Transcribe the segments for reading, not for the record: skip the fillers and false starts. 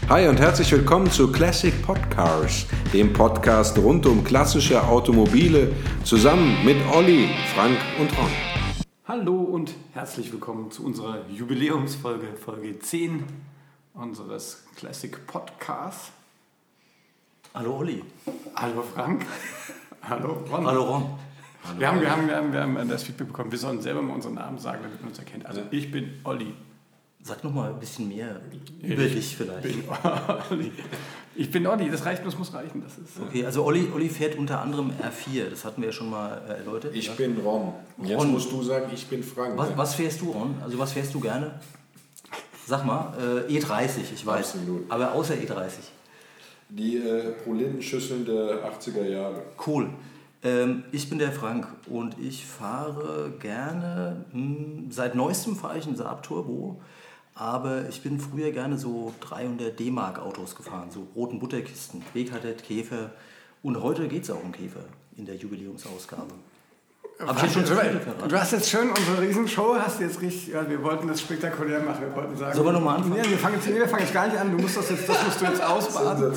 Hi und herzlich willkommen zu Classic Podcars, dem Podcast rund um klassische Automobile, zusammen mit Olli, Frank und Ron. Hallo und herzlich willkommen zu unserer Jubiläumsfolge, Folge 10 unseres Classic Podcasts. Hallo Olli. Hallo Frank. Hallo Ron. Hallo Ron. Wir haben das Feedback bekommen, wir sollen selber mal unseren Namen sagen, damit man uns erkennt. Also ich bin Olli. Sag noch mal ein bisschen mehr über dich vielleicht. Ich bin Olli, das reicht, das muss reichen. Das ist, okay, also Olli fährt unter anderem R4, das hatten wir ja schon mal erläutert. Ich bin Ron. Jetzt musst du sagen, ich bin Frank. Was fährst du, Ron? Also was fährst du gerne? Sag mal, E30, ich weiß. Absolut. Aber außer E30. Die Proletenschüsseln der 80er Jahre. Cool. Ich bin der Frank und ich fahre gerne, seit neuestem fahre ich einen Saab Turbo, aber ich bin früher gerne so 300 D-Mark Autos gefahren, so roten Butterkisten, B-Kadett, Käfer und heute geht es auch um Käfer in der Jubiläumsausgabe. Du hast jetzt schön unsere Riesenshow, hast jetzt richtig, ja, wir wollten das spektakulär machen, wir wollten sagen... Sollen wir nochmal anfangen? Nee, wir fangen jetzt gar nicht an, das musst du jetzt ausbaden.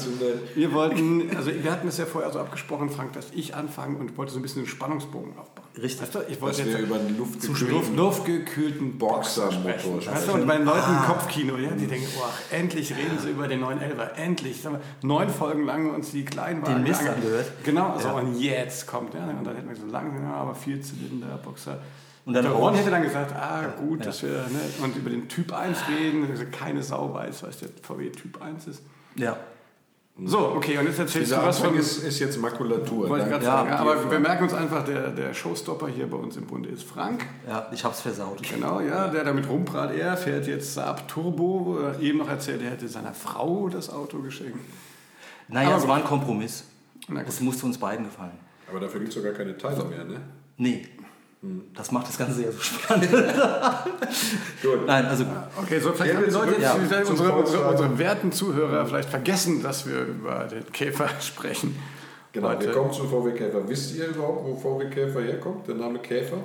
Wir hatten es ja vorher so abgesprochen, Frank, dass ich anfange und wollte so ein bisschen den Spannungsbogen aufbauen. Richtig. Weißt du, ich wollte jetzt über den luftgekühlten Boxer sprechen. Weißt du, und bei den Leuten im Kopfkino, ja, die denken, oh, endlich reden sie über den neuen Elfer, endlich. 9 Folgen lang uns die Kleinwagen... Den Mist angehört. Genau, also und jetzt kommt, ja, und dann hätten wir so lange, ja, aber 4-Zylinder Boxer. Und dann Ron hätte dann gesagt, gut, dass wir und über den Typ 1 reden, keine Sau weiß, was der VW Typ 1 ist. Ja. So, okay, und jetzt erzählst du was von... ist jetzt Makulatur. Wollte ich gerade sagen, aber wir merken uns einfach, der Showstopper hier bei uns im Bunde ist Frank. Ja, ich hab's versaut. Genau, ja, der damit rumprallt, er fährt jetzt Saab Turbo, eben noch erzählt, er hätte seiner Frau das Auto geschenkt. Naja, es war ein Kompromiss. Das musste uns beiden gefallen. Aber dafür gibt es sogar keine Teile mehr, ne? Nee. Das macht das Ganze ja so spannend. Gut. Nein, also... Okay, so vielleicht haben die Leute jetzt unsere werten Zuhörer vielleicht vergessen, dass wir über den Käfer sprechen. Genau, heute. Wir kommen zum VW Käfer. Wisst ihr überhaupt, wo VW Käfer herkommt? Der Name Käfer?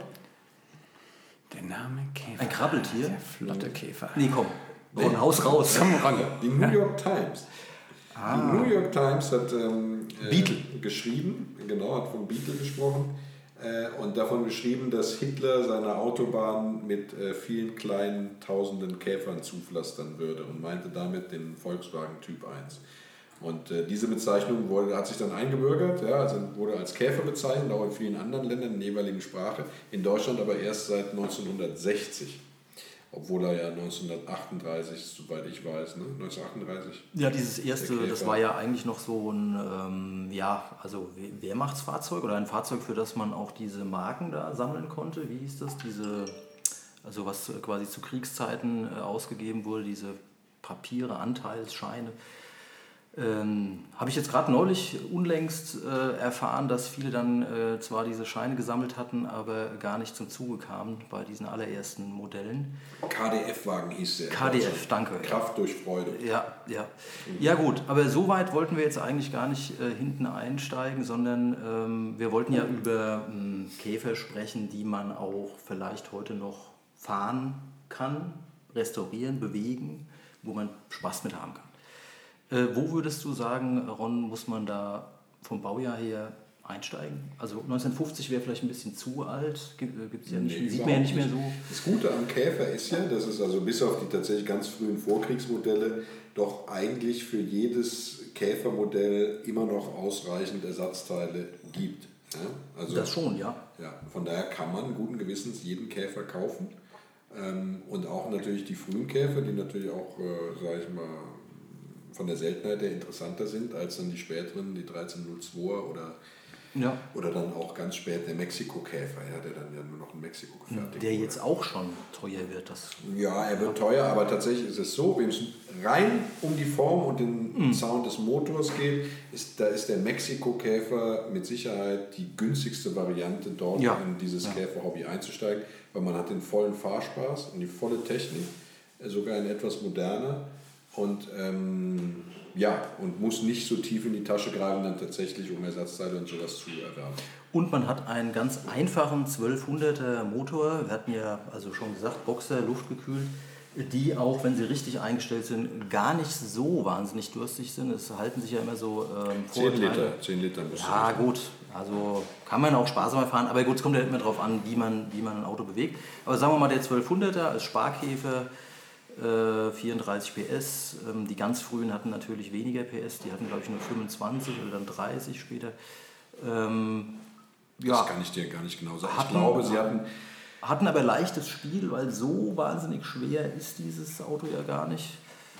Der Name Käfer. Ein Krabbeltier? Der flotte Käfer. Nee, komm. Von Haus raus. Komm ran. Die New York Times. Die New York Times hat Beetle geschrieben, genau, hat von Beetle gesprochen und davon geschrieben, dass Hitler seine Autobahn mit vielen kleinen tausenden Käfern zupflastern würde und meinte damit den Volkswagen Typ 1. Und diese Bezeichnung hat sich dann eingebürgert, ja, also wurde als Käfer bezeichnet, auch in vielen anderen Ländern in der jeweiligen Sprache, in Deutschland aber erst seit 1960. Obwohl er ja 1938, soweit ich weiß, ne? 1938. Ja, dieses erste, das war ja eigentlich noch so ein Wehrmachtsfahrzeug oder ein Fahrzeug, für das man auch diese Marken da sammeln konnte. Wie hieß das? Also was quasi zu Kriegszeiten ausgegeben wurde, diese Papiere, Anteilsscheine. Habe ich jetzt gerade neulich unlängst erfahren, dass viele dann zwar diese Scheine gesammelt hatten, aber gar nicht zum Zuge kamen bei diesen allerersten Modellen. KDF-Wagen hieß der. KDF, danke. Kraft durch Freude. Ja gut, aber so weit wollten wir jetzt eigentlich gar nicht hinten einsteigen, sondern wir wollten ja über Käfer sprechen, die man auch vielleicht heute noch fahren kann, restaurieren, bewegen, wo man Spaß mit haben kann. Wo würdest du sagen, Ron, muss man da vom Baujahr her einsteigen? Also 1950 wäre vielleicht ein bisschen zu alt, gibt's ja nicht, sieht man ja nicht mehr so. Das Gute am Käfer ist ja, dass es also bis auf die tatsächlich ganz frühen Vorkriegsmodelle doch eigentlich für jedes Käfermodell immer noch ausreichend Ersatzteile gibt. Ja? Also, das schon, ja. Von daher kann man guten Gewissens jeden Käfer kaufen und auch natürlich die frühen Käfer, die natürlich auch, sage ich mal, von der Seltenheit her interessanter sind als dann die späteren, die 1302er oder dann auch ganz spät der Mexiko-Käfer, der dann ja nur noch in Mexiko gefertigt der wurde. Jetzt auch schon teuer wird. Ja, er wird teuer, aber tatsächlich ist es so, wenn es rein um die Form und den Sound des Motors geht, da ist der Mexiko-Käfer mit Sicherheit die günstigste Variante, dort in dieses Käfer-Hobby einzusteigen, weil man hat den vollen Fahrspaß und die volle Technik, sogar in etwas moderner. Und und muss nicht so tief in die Tasche greifen, dann tatsächlich, um Ersatzteile und sowas zu erwerben. Und man hat einen ganz einfachen 1200er Motor. Wir hatten ja also schon gesagt, Boxer, luftgekühlt. die auch, wenn sie richtig eingestellt sind, gar nicht so wahnsinnig durstig sind. Es halten sich ja immer so 10 Liter müsste ja, gut. Also kann man auch sparsamer fahren, aber gut, es kommt ja immer darauf an, wie man ein Auto bewegt. Aber sagen wir mal, der 1200er als Sparkäfer, 34 PS. Die ganz frühen hatten natürlich weniger PS, die hatten glaube ich nur 25 oder dann 30 später. Das kann ich dir gar nicht genau sagen. Ich glaube, sie hatten aber leichtes Spiel, weil so wahnsinnig schwer ist dieses Auto ja gar nicht.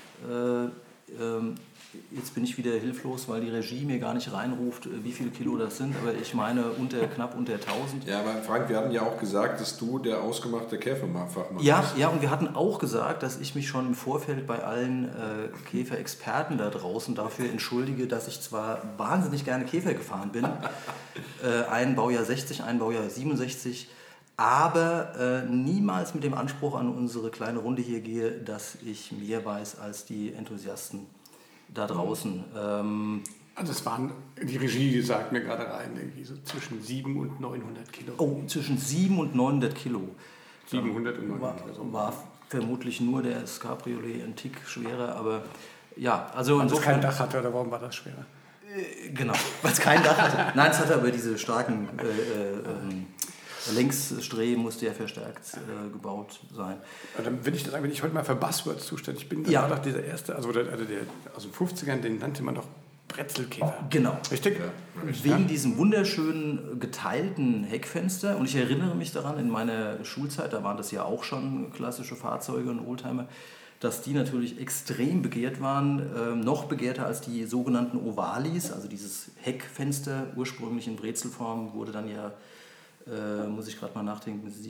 Jetzt bin ich wieder hilflos, weil die Regie mir gar nicht reinruft, wie viele Kilo das sind, aber ich meine knapp unter 1000. Ja, aber Frank, wir hatten ja auch gesagt, dass du der ausgemachte Käferfachmann bist. Ja, und wir hatten auch gesagt, dass ich mich schon im Vorfeld bei allen Käferexperten da draußen dafür entschuldige, dass ich zwar wahnsinnig gerne Käfer gefahren bin, ein Baujahr 60, ein Baujahr 67, aber niemals mit dem Anspruch an unsere kleine Runde hier gehe, dass ich mehr weiß als die Enthusiasten da draußen. Also es waren, die Regie sagt mir gerade rein, irgendwie so zwischen 700 und 900 Kilo. Oh, zwischen 700 und 900 Kilo. 700 und 900 Kilo. War vermutlich nur der Cabriolet ein Tick schwerer, aber ja, also weil insofern... es kein Dach hatte, oder warum war das schwerer? Genau, weil es kein Dach hatte. Nein, es hatte aber diese starken... Längsstreh musste ja verstärkt gebaut sein. Dann will ich das sagen, wenn ich heute mal für Buzzwords zuständig bin, dann war doch dieser erste, also der aus den 50ern, den nannte man doch Brezelkäfer. Genau. Richtig? Ja. Wegen diesem wunderschönen geteilten Heckfenster. Und ich erinnere mich daran, in meiner Schulzeit, da waren das ja auch schon klassische Fahrzeuge und Oldtimer, dass die natürlich extrem begehrt waren, noch begehrter als die sogenannten Ovalis, also dieses Heckfenster, ursprünglich in Brezelform, wurde dann ja muss ich gerade mal nachdenken, mit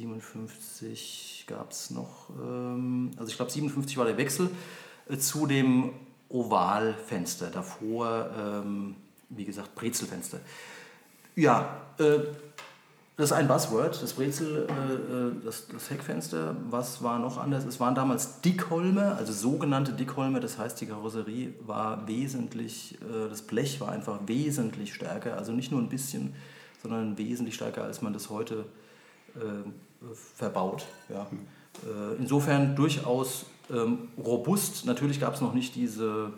57 gab es noch, also ich glaube 57 war der Wechsel zu dem Ovalfenster, davor, wie gesagt, Brezelfenster. Ja, das ist ein Buzzword, das Brezel, das Heckfenster. Was war noch anders? Es waren damals Dickholme, also sogenannte Dickholme, das heißt die Karosserie war wesentlich, das Blech war einfach wesentlich stärker, also nicht nur ein bisschen, sondern wesentlich stärker, als man das heute verbaut. Ja. Insofern durchaus robust. Natürlich gab es noch nicht diese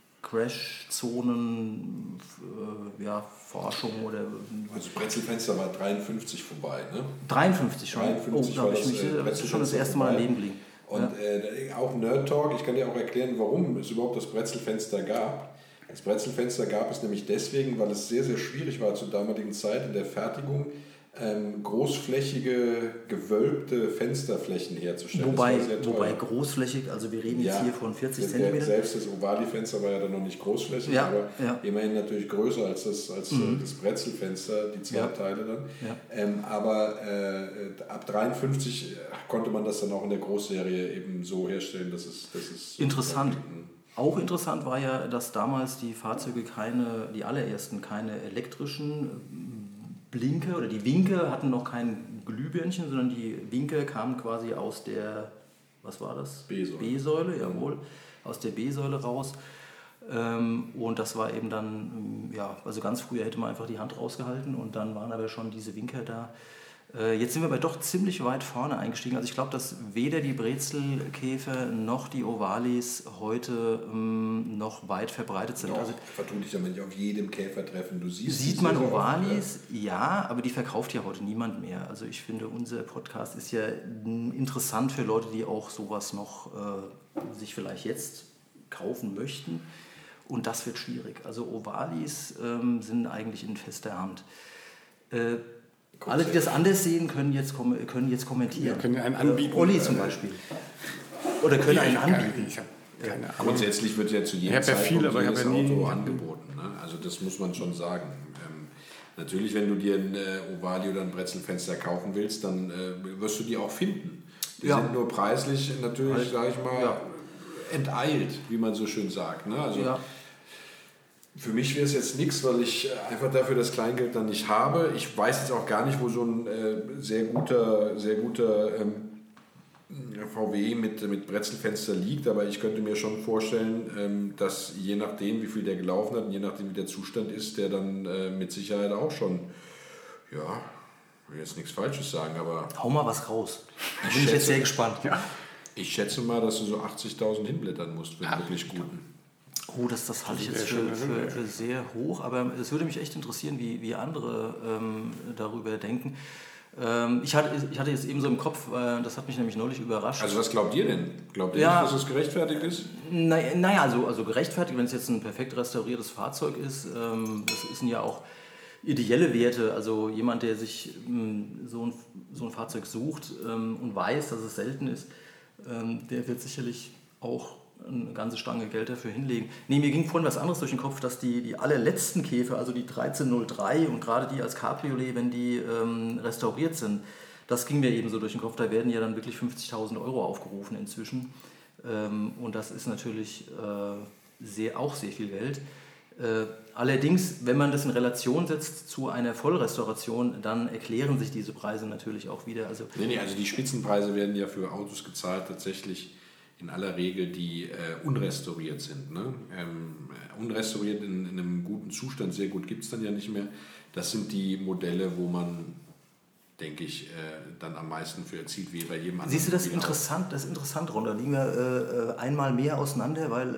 Crash-Zonen, Forschung oder... Also Brezelfenster war 53 vorbei, ne? 53 schon? 53 da habe ich mich schon das erste Mal daneben gelegen. Und auch Nerd Talk, ich kann dir auch erklären, warum es überhaupt das Brezelfenster gab. Das Brezelfenster gab es nämlich deswegen, weil es sehr, sehr schwierig war zur damaligen Zeit in der Fertigung, großflächige, gewölbte Fensterflächen herzustellen. Wobei großflächig, also wir reden jetzt hier von 40 cm. Selbst das Ovali-Fenster war ja dann noch nicht großflächig, aber immerhin natürlich größer als das Brezelfenster, die zwei Teile dann. Ja. Aber ab 53 konnte man das dann auch in der Großserie eben so herstellen, dass es so interessant. Auch interessant war ja, dass damals die Fahrzeuge die allerersten keine elektrischen Blinker oder die Winker hatten noch kein Glühbirnchen, sondern die Winker kamen quasi aus der, was war das? B-Säule, jawohl, aus der B-Säule raus. Und das war eben dann, also ganz früher hätte man einfach die Hand rausgehalten und dann waren aber schon diese Winker da. Jetzt sind wir aber doch ziemlich weit vorne eingestiegen. Also ich glaube, dass weder die Brezelkäfer noch die Ovalis heute noch weit verbreitet sind. Doch, also vertue dich damit nicht auf jedem Käfertreffen. Sieht man Ovalis? Ja, aber die verkauft ja heute niemand mehr. Also ich finde, unser Podcast ist ja interessant für Leute, die auch sowas noch sich vielleicht jetzt kaufen möchten. Und das wird schwierig. Also Ovalis sind eigentlich in fester Hand. Alle, die das anders sehen, können jetzt kommentieren. Wir können einen anbieten. Olli zum Beispiel. Oder können einen anbieten. Ich habe keine Ahnung. Grundsätzlich wird ja zu jedem Zeitpunkt aber jedes ich habe Auto angeboten. Ne? Also das muss man schon sagen. Natürlich, wenn du dir ein Ovali oder ein Brezelfenster kaufen willst, dann wirst du die auch finden. Die sind nur preislich natürlich, sage ich mal, enteilt, wie man so schön sagt. Ne? Also für mich wäre es jetzt nichts, weil ich einfach dafür das Kleingeld dann nicht habe. Ich weiß jetzt auch gar nicht, wo so ein sehr guter VW mit Brezelfenster liegt, aber ich könnte mir schon vorstellen, dass je nachdem, wie viel der gelaufen hat und je nachdem, wie der Zustand ist, der dann mit Sicherheit auch schon, ich will jetzt nichts Falsches sagen, aber... Hau mal was raus. Da bin ich jetzt sehr gespannt. Ja. Ich schätze mal, dass du so 80.000 hinblättern musst für einen wirklich guten. Oh, das halte ich jetzt für sehr hoch, aber es würde mich echt interessieren, wie andere darüber denken. Ich hatte jetzt eben so im Kopf, das hat mich nämlich neulich überrascht. Also was glaubt ihr denn? Glaubt ihr nicht, dass es gerechtfertigt ist? Naja, also gerechtfertigt, wenn es jetzt ein perfekt restauriertes Fahrzeug ist, das sind ja auch ideelle Werte. Also jemand, der sich so ein Fahrzeug sucht und weiß, dass es selten ist, der wird sicherlich auch eine ganze Stange Geld dafür hinlegen. Nee, mir ging vorhin was anderes durch den Kopf, dass die allerletzten Käfer, also die 1303 und gerade die als Cabriolet, wenn die restauriert sind, das ging mir eben so durch den Kopf, da werden ja dann wirklich 50.000 Euro aufgerufen inzwischen. Und das ist natürlich auch sehr viel Geld. Allerdings, wenn man das in Relation setzt zu einer Vollrestauration, dann erklären sich diese Preise natürlich auch wieder. Also die Spitzenpreise werden ja für Autos gezahlt tatsächlich in aller Regel, die unrestauriert sind. Ne? Unrestauriert in einem guten Zustand, sehr gut gibt es dann ja nicht mehr. Das sind die Modelle, wo man, denke ich, dann am meisten für erzielt, wie bei jedem anderen. Siehst du, das ist interessant, Ron. Da liegen wir einmal mehr auseinander, weil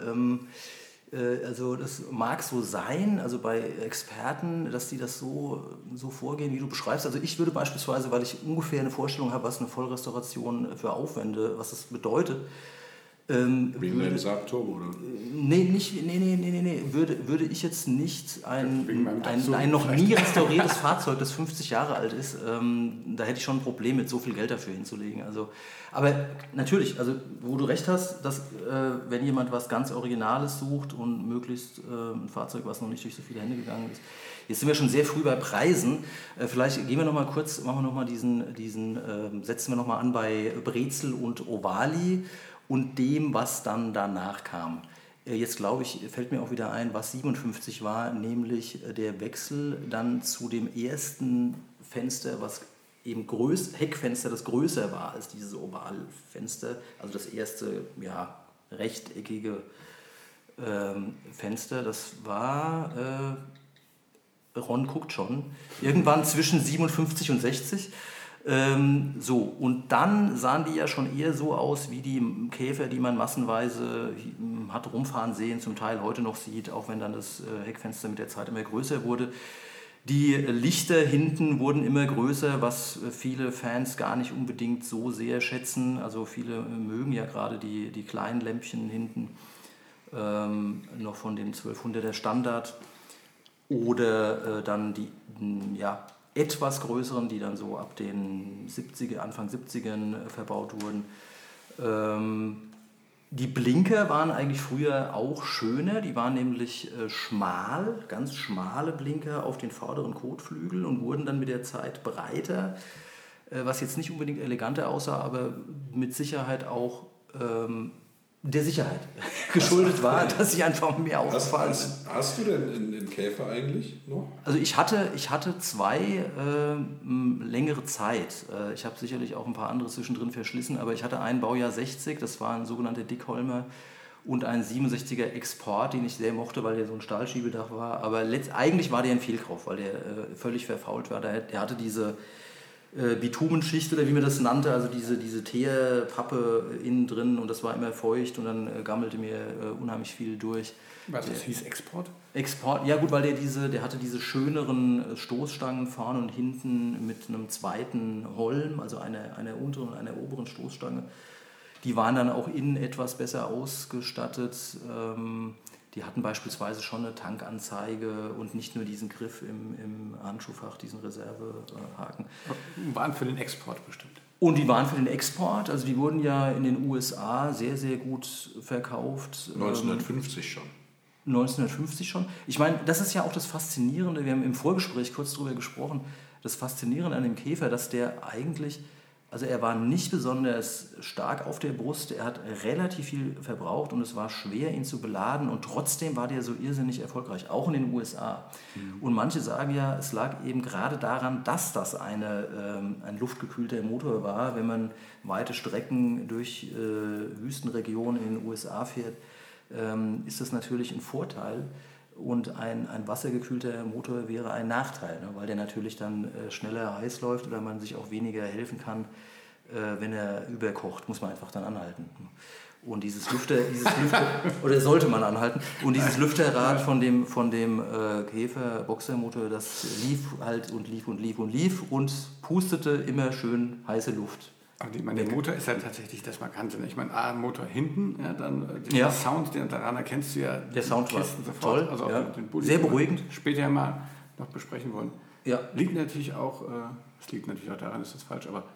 also das mag so sein, also bei Experten, dass die das so vorgehen, wie du beschreibst. Also ich würde beispielsweise, weil ich ungefähr eine Vorstellung habe, was eine Vollrestauration für Aufwände, was das bedeutet, wegen deinem Saab Turbo, oder? Nee. Würde ich jetzt nicht ein noch nie restauriertes Fahrzeug, das 50 Jahre alt ist, da hätte ich schon ein Problem mit so viel Geld dafür hinzulegen. Also, aber natürlich, also wo du recht hast, dass wenn jemand was ganz Originales sucht und möglichst ein Fahrzeug, was noch nicht durch so viele Hände gegangen ist. Jetzt sind wir schon sehr früh bei Preisen. Vielleicht gehen wir noch mal kurz, machen wir noch mal setzen wir noch mal an bei Brezel und Ovali und dem, was dann danach kam. Jetzt glaube ich, fällt mir auch wieder ein, was 57 war, nämlich der Wechsel dann zu dem ersten Fenster, was eben Heckfenster, das größer war als dieses Ovalfenster, also das erste rechteckige Fenster, das war, Ron guckt schon, irgendwann zwischen 57 und 60. Und dann sahen die ja schon eher so aus wie die Käfer, die man massenweise hat rumfahren sehen, zum Teil heute noch sieht, auch wenn dann das Heckfenster mit der Zeit immer größer wurde. Die Lichter hinten wurden immer größer, was viele Fans gar nicht unbedingt so sehr schätzen. Also viele mögen ja gerade die kleinen Lämpchen hinten, noch von dem 1200er Standard. Oder dann die etwas größeren, die dann so ab den Anfang 70ern verbaut wurden. Die Blinker waren eigentlich früher auch schöner, die waren nämlich schmal, ganz schmale Blinker auf den vorderen Kotflügel und wurden dann mit der Zeit breiter, was jetzt nicht unbedingt eleganter aussah, aber mit Sicherheit auch der Sicherheit geschuldet war, dass sie einfach mehr aufgefallen sind. Hast du denn einen Käfer eigentlich noch? Also ich hatte zwei längere Zeit. Ich habe sicherlich auch ein paar andere zwischendrin verschlissen, aber ich hatte ein Baujahr 60, das war ein sogenannter Dickholmer, und ein 67er Export, den ich sehr mochte, weil der so ein Stahlschiebedach war. Aber eigentlich war der ein Fehlkauf, weil der völlig verfault war. Der hatte diese Bitumenschicht oder wie man das nannte, also diese Teerpappe innen drin, und das war immer feucht und dann gammelte mir unheimlich viel durch. Was, das hieß Export? Export, ja gut, weil der hatte diese schöneren Stoßstangen vorne und hinten mit einem zweiten Holm, also einer unteren und einer oberen Stoßstange. Die waren dann auch innen etwas besser ausgestattet. Die hatten beispielsweise schon eine Tankanzeige und nicht nur diesen Griff im Handschuhfach, diesen Reservehaken. Waren für den Export bestimmt. Und die waren für den Export, also die wurden ja in den USA sehr, sehr gut verkauft. 1950 schon. 1950 schon. Ich meine, das ist ja auch das Faszinierende, wir haben im Vorgespräch kurz darüber gesprochen, das Faszinierende an dem Käfer, dass der eigentlich, also er war nicht besonders stark auf der Brust, er hat relativ viel verbraucht und es war schwer, ihn zu beladen, und trotzdem war der so irrsinnig erfolgreich, auch in den USA. Und manche sagen ja, es lag eben gerade daran, dass das ein luftgekühlter Motor war. Wenn man weite Strecken durch Wüstenregionen in den USA fährt, ist das natürlich ein Vorteil. Und ein wassergekühlter Motor wäre ein Nachteil, ne? Weil der natürlich dann schneller heiß läuft oder man sich auch weniger helfen kann, wenn er überkocht, muss man einfach dann anhalten. Und dieses Lüfter oder sollte man anhalten. Und dieses Lüfterrad von dem Käfer Boxermotor, das lief halt und lief und pustete immer schön heiße Luft. Aber der Motor ist halt tatsächlich das Markante. Ich meine, Motor hinten, dann der Sound, daran erkennst du ja der Sound war sofort. Toll, also den Bulli, sehr beruhigend. Später mal noch besprechen wollen. Ja. Liegt natürlich auch daran, ist das falsch, aber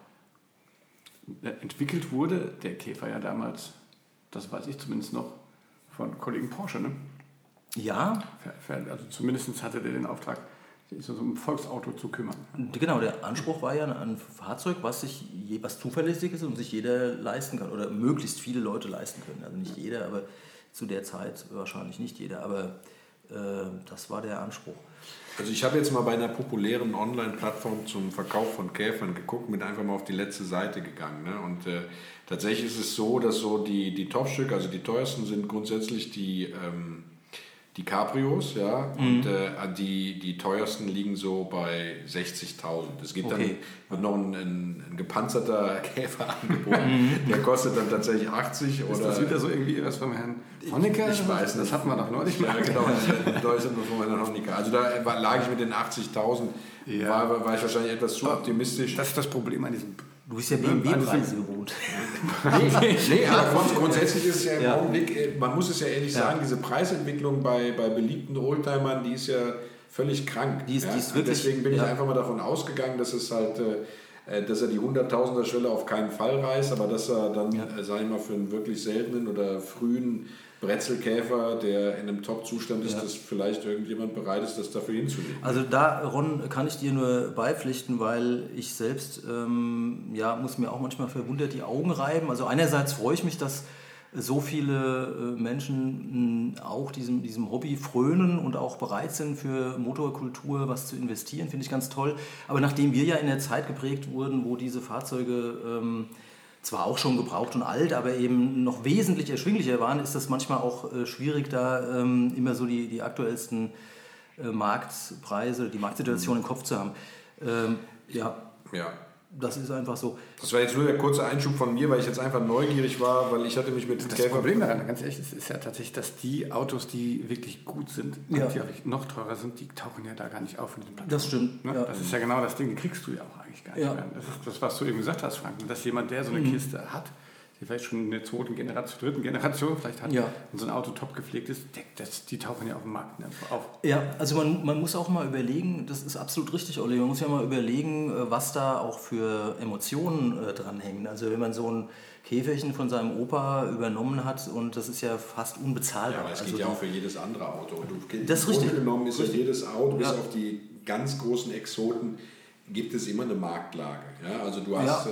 entwickelt wurde der Käfer ja damals, das weiß ich zumindest noch, von Kollegen Porsche, ne? Ja. Also zumindest hatte der den Auftrag, sich so um ein Volksauto zu kümmern. Genau, der Anspruch war ja ein Fahrzeug, was zuverlässig ist und sich jeder leisten kann oder möglichst viele Leute leisten können. Also nicht jeder, aber zu der Zeit wahrscheinlich nicht jeder, aber das war der Anspruch. Also ich habe jetzt mal bei einer populären Online-Plattform zum Verkauf von Käfern geguckt, bin einfach mal auf die letzte Seite gegangen. Ne? Und tatsächlich ist es so, dass so die Top-Stücke, also die teuersten sind grundsätzlich die Cabrios, ja, und die teuersten liegen so bei 60.000. Es gibt dann wird noch ein gepanzerter Käfer angeboten, der kostet dann tatsächlich 80 oder. Ist das wieder so irgendwie was vom Herrn Honecker? Ich weiß nicht. Das hatten wir noch neulich mal. Ja, genau, das ist von Herrn Honecker. Also da lag ich mit den 80.000, war ich wahrscheinlich etwas zu optimistisch. Das ist das Problem an diesem. Du bist ja BMW-Preise gewohnt. Nee, aber grundsätzlich ist es ja im Augenblick, man muss es ja ehrlich sagen, diese Preisentwicklung bei beliebten Oldtimern, die ist ja völlig krank. Die ist wirklich, deswegen bin ich einfach mal davon ausgegangen, dass es halt, dass er die 100.000er-Schwelle auf keinen Fall reißt, aber dass er dann, sag ich mal, für einen wirklich seltenen oder frühen Brezelkäfer, der in einem Top-Zustand ist, dass vielleicht irgendjemand bereit ist, das dafür hinzulegen. Also da, Ron, kann ich dir nur beipflichten, weil ich selbst muss mir auch manchmal verwundert die Augen reiben. Also einerseits freue ich mich, dass so viele Menschen auch diesem Hobby frönen und auch bereit sind, für Motorkultur was zu investieren, finde ich ganz toll. Aber nachdem wir ja in der Zeit geprägt wurden, wo diese Fahrzeuge zwar auch schon gebraucht und alt, aber eben noch wesentlich erschwinglicher waren, ist das manchmal auch schwierig, da immer so die aktuellsten Marktpreise, die Marktsituation im Kopf zu haben. Ja. Das ist einfach so. Das war jetzt nur der kurze Einschub von mir, weil ich jetzt einfach neugierig war, weil ich hatte mich mit Das Problem daran, ganz ehrlich, ist ja tatsächlich, dass die Autos, die wirklich gut sind und die auch noch teurer sind, die tauchen ja da gar nicht auf in diesem Plattform. Das stimmt. Ne? Ja. Das ist ja genau das Ding, die kriegst du ja auch eigentlich gar nicht mehr. Das ist das, was du eben gesagt hast, Frank, dass jemand, der so eine Kiste hat, die vielleicht schon in der dritten Generation vielleicht hat und so ein Auto top gepflegt ist, die tauchen ja auf dem Markt auf. Ja, also man muss auch mal überlegen, das ist absolut richtig, Olli, man muss ja mal überlegen, was da auch für Emotionen dranhängen. Also wenn man so ein Käferchen von seinem Opa übernommen hat und das ist ja fast unbezahlbar. Ja, aber es geht ja auch für jedes andere Auto. Das ist richtig. Genommen ist ja jedes Auto, bis auf die ganz großen Exoten, gibt es immer eine Marktlage. Ja, also du hast...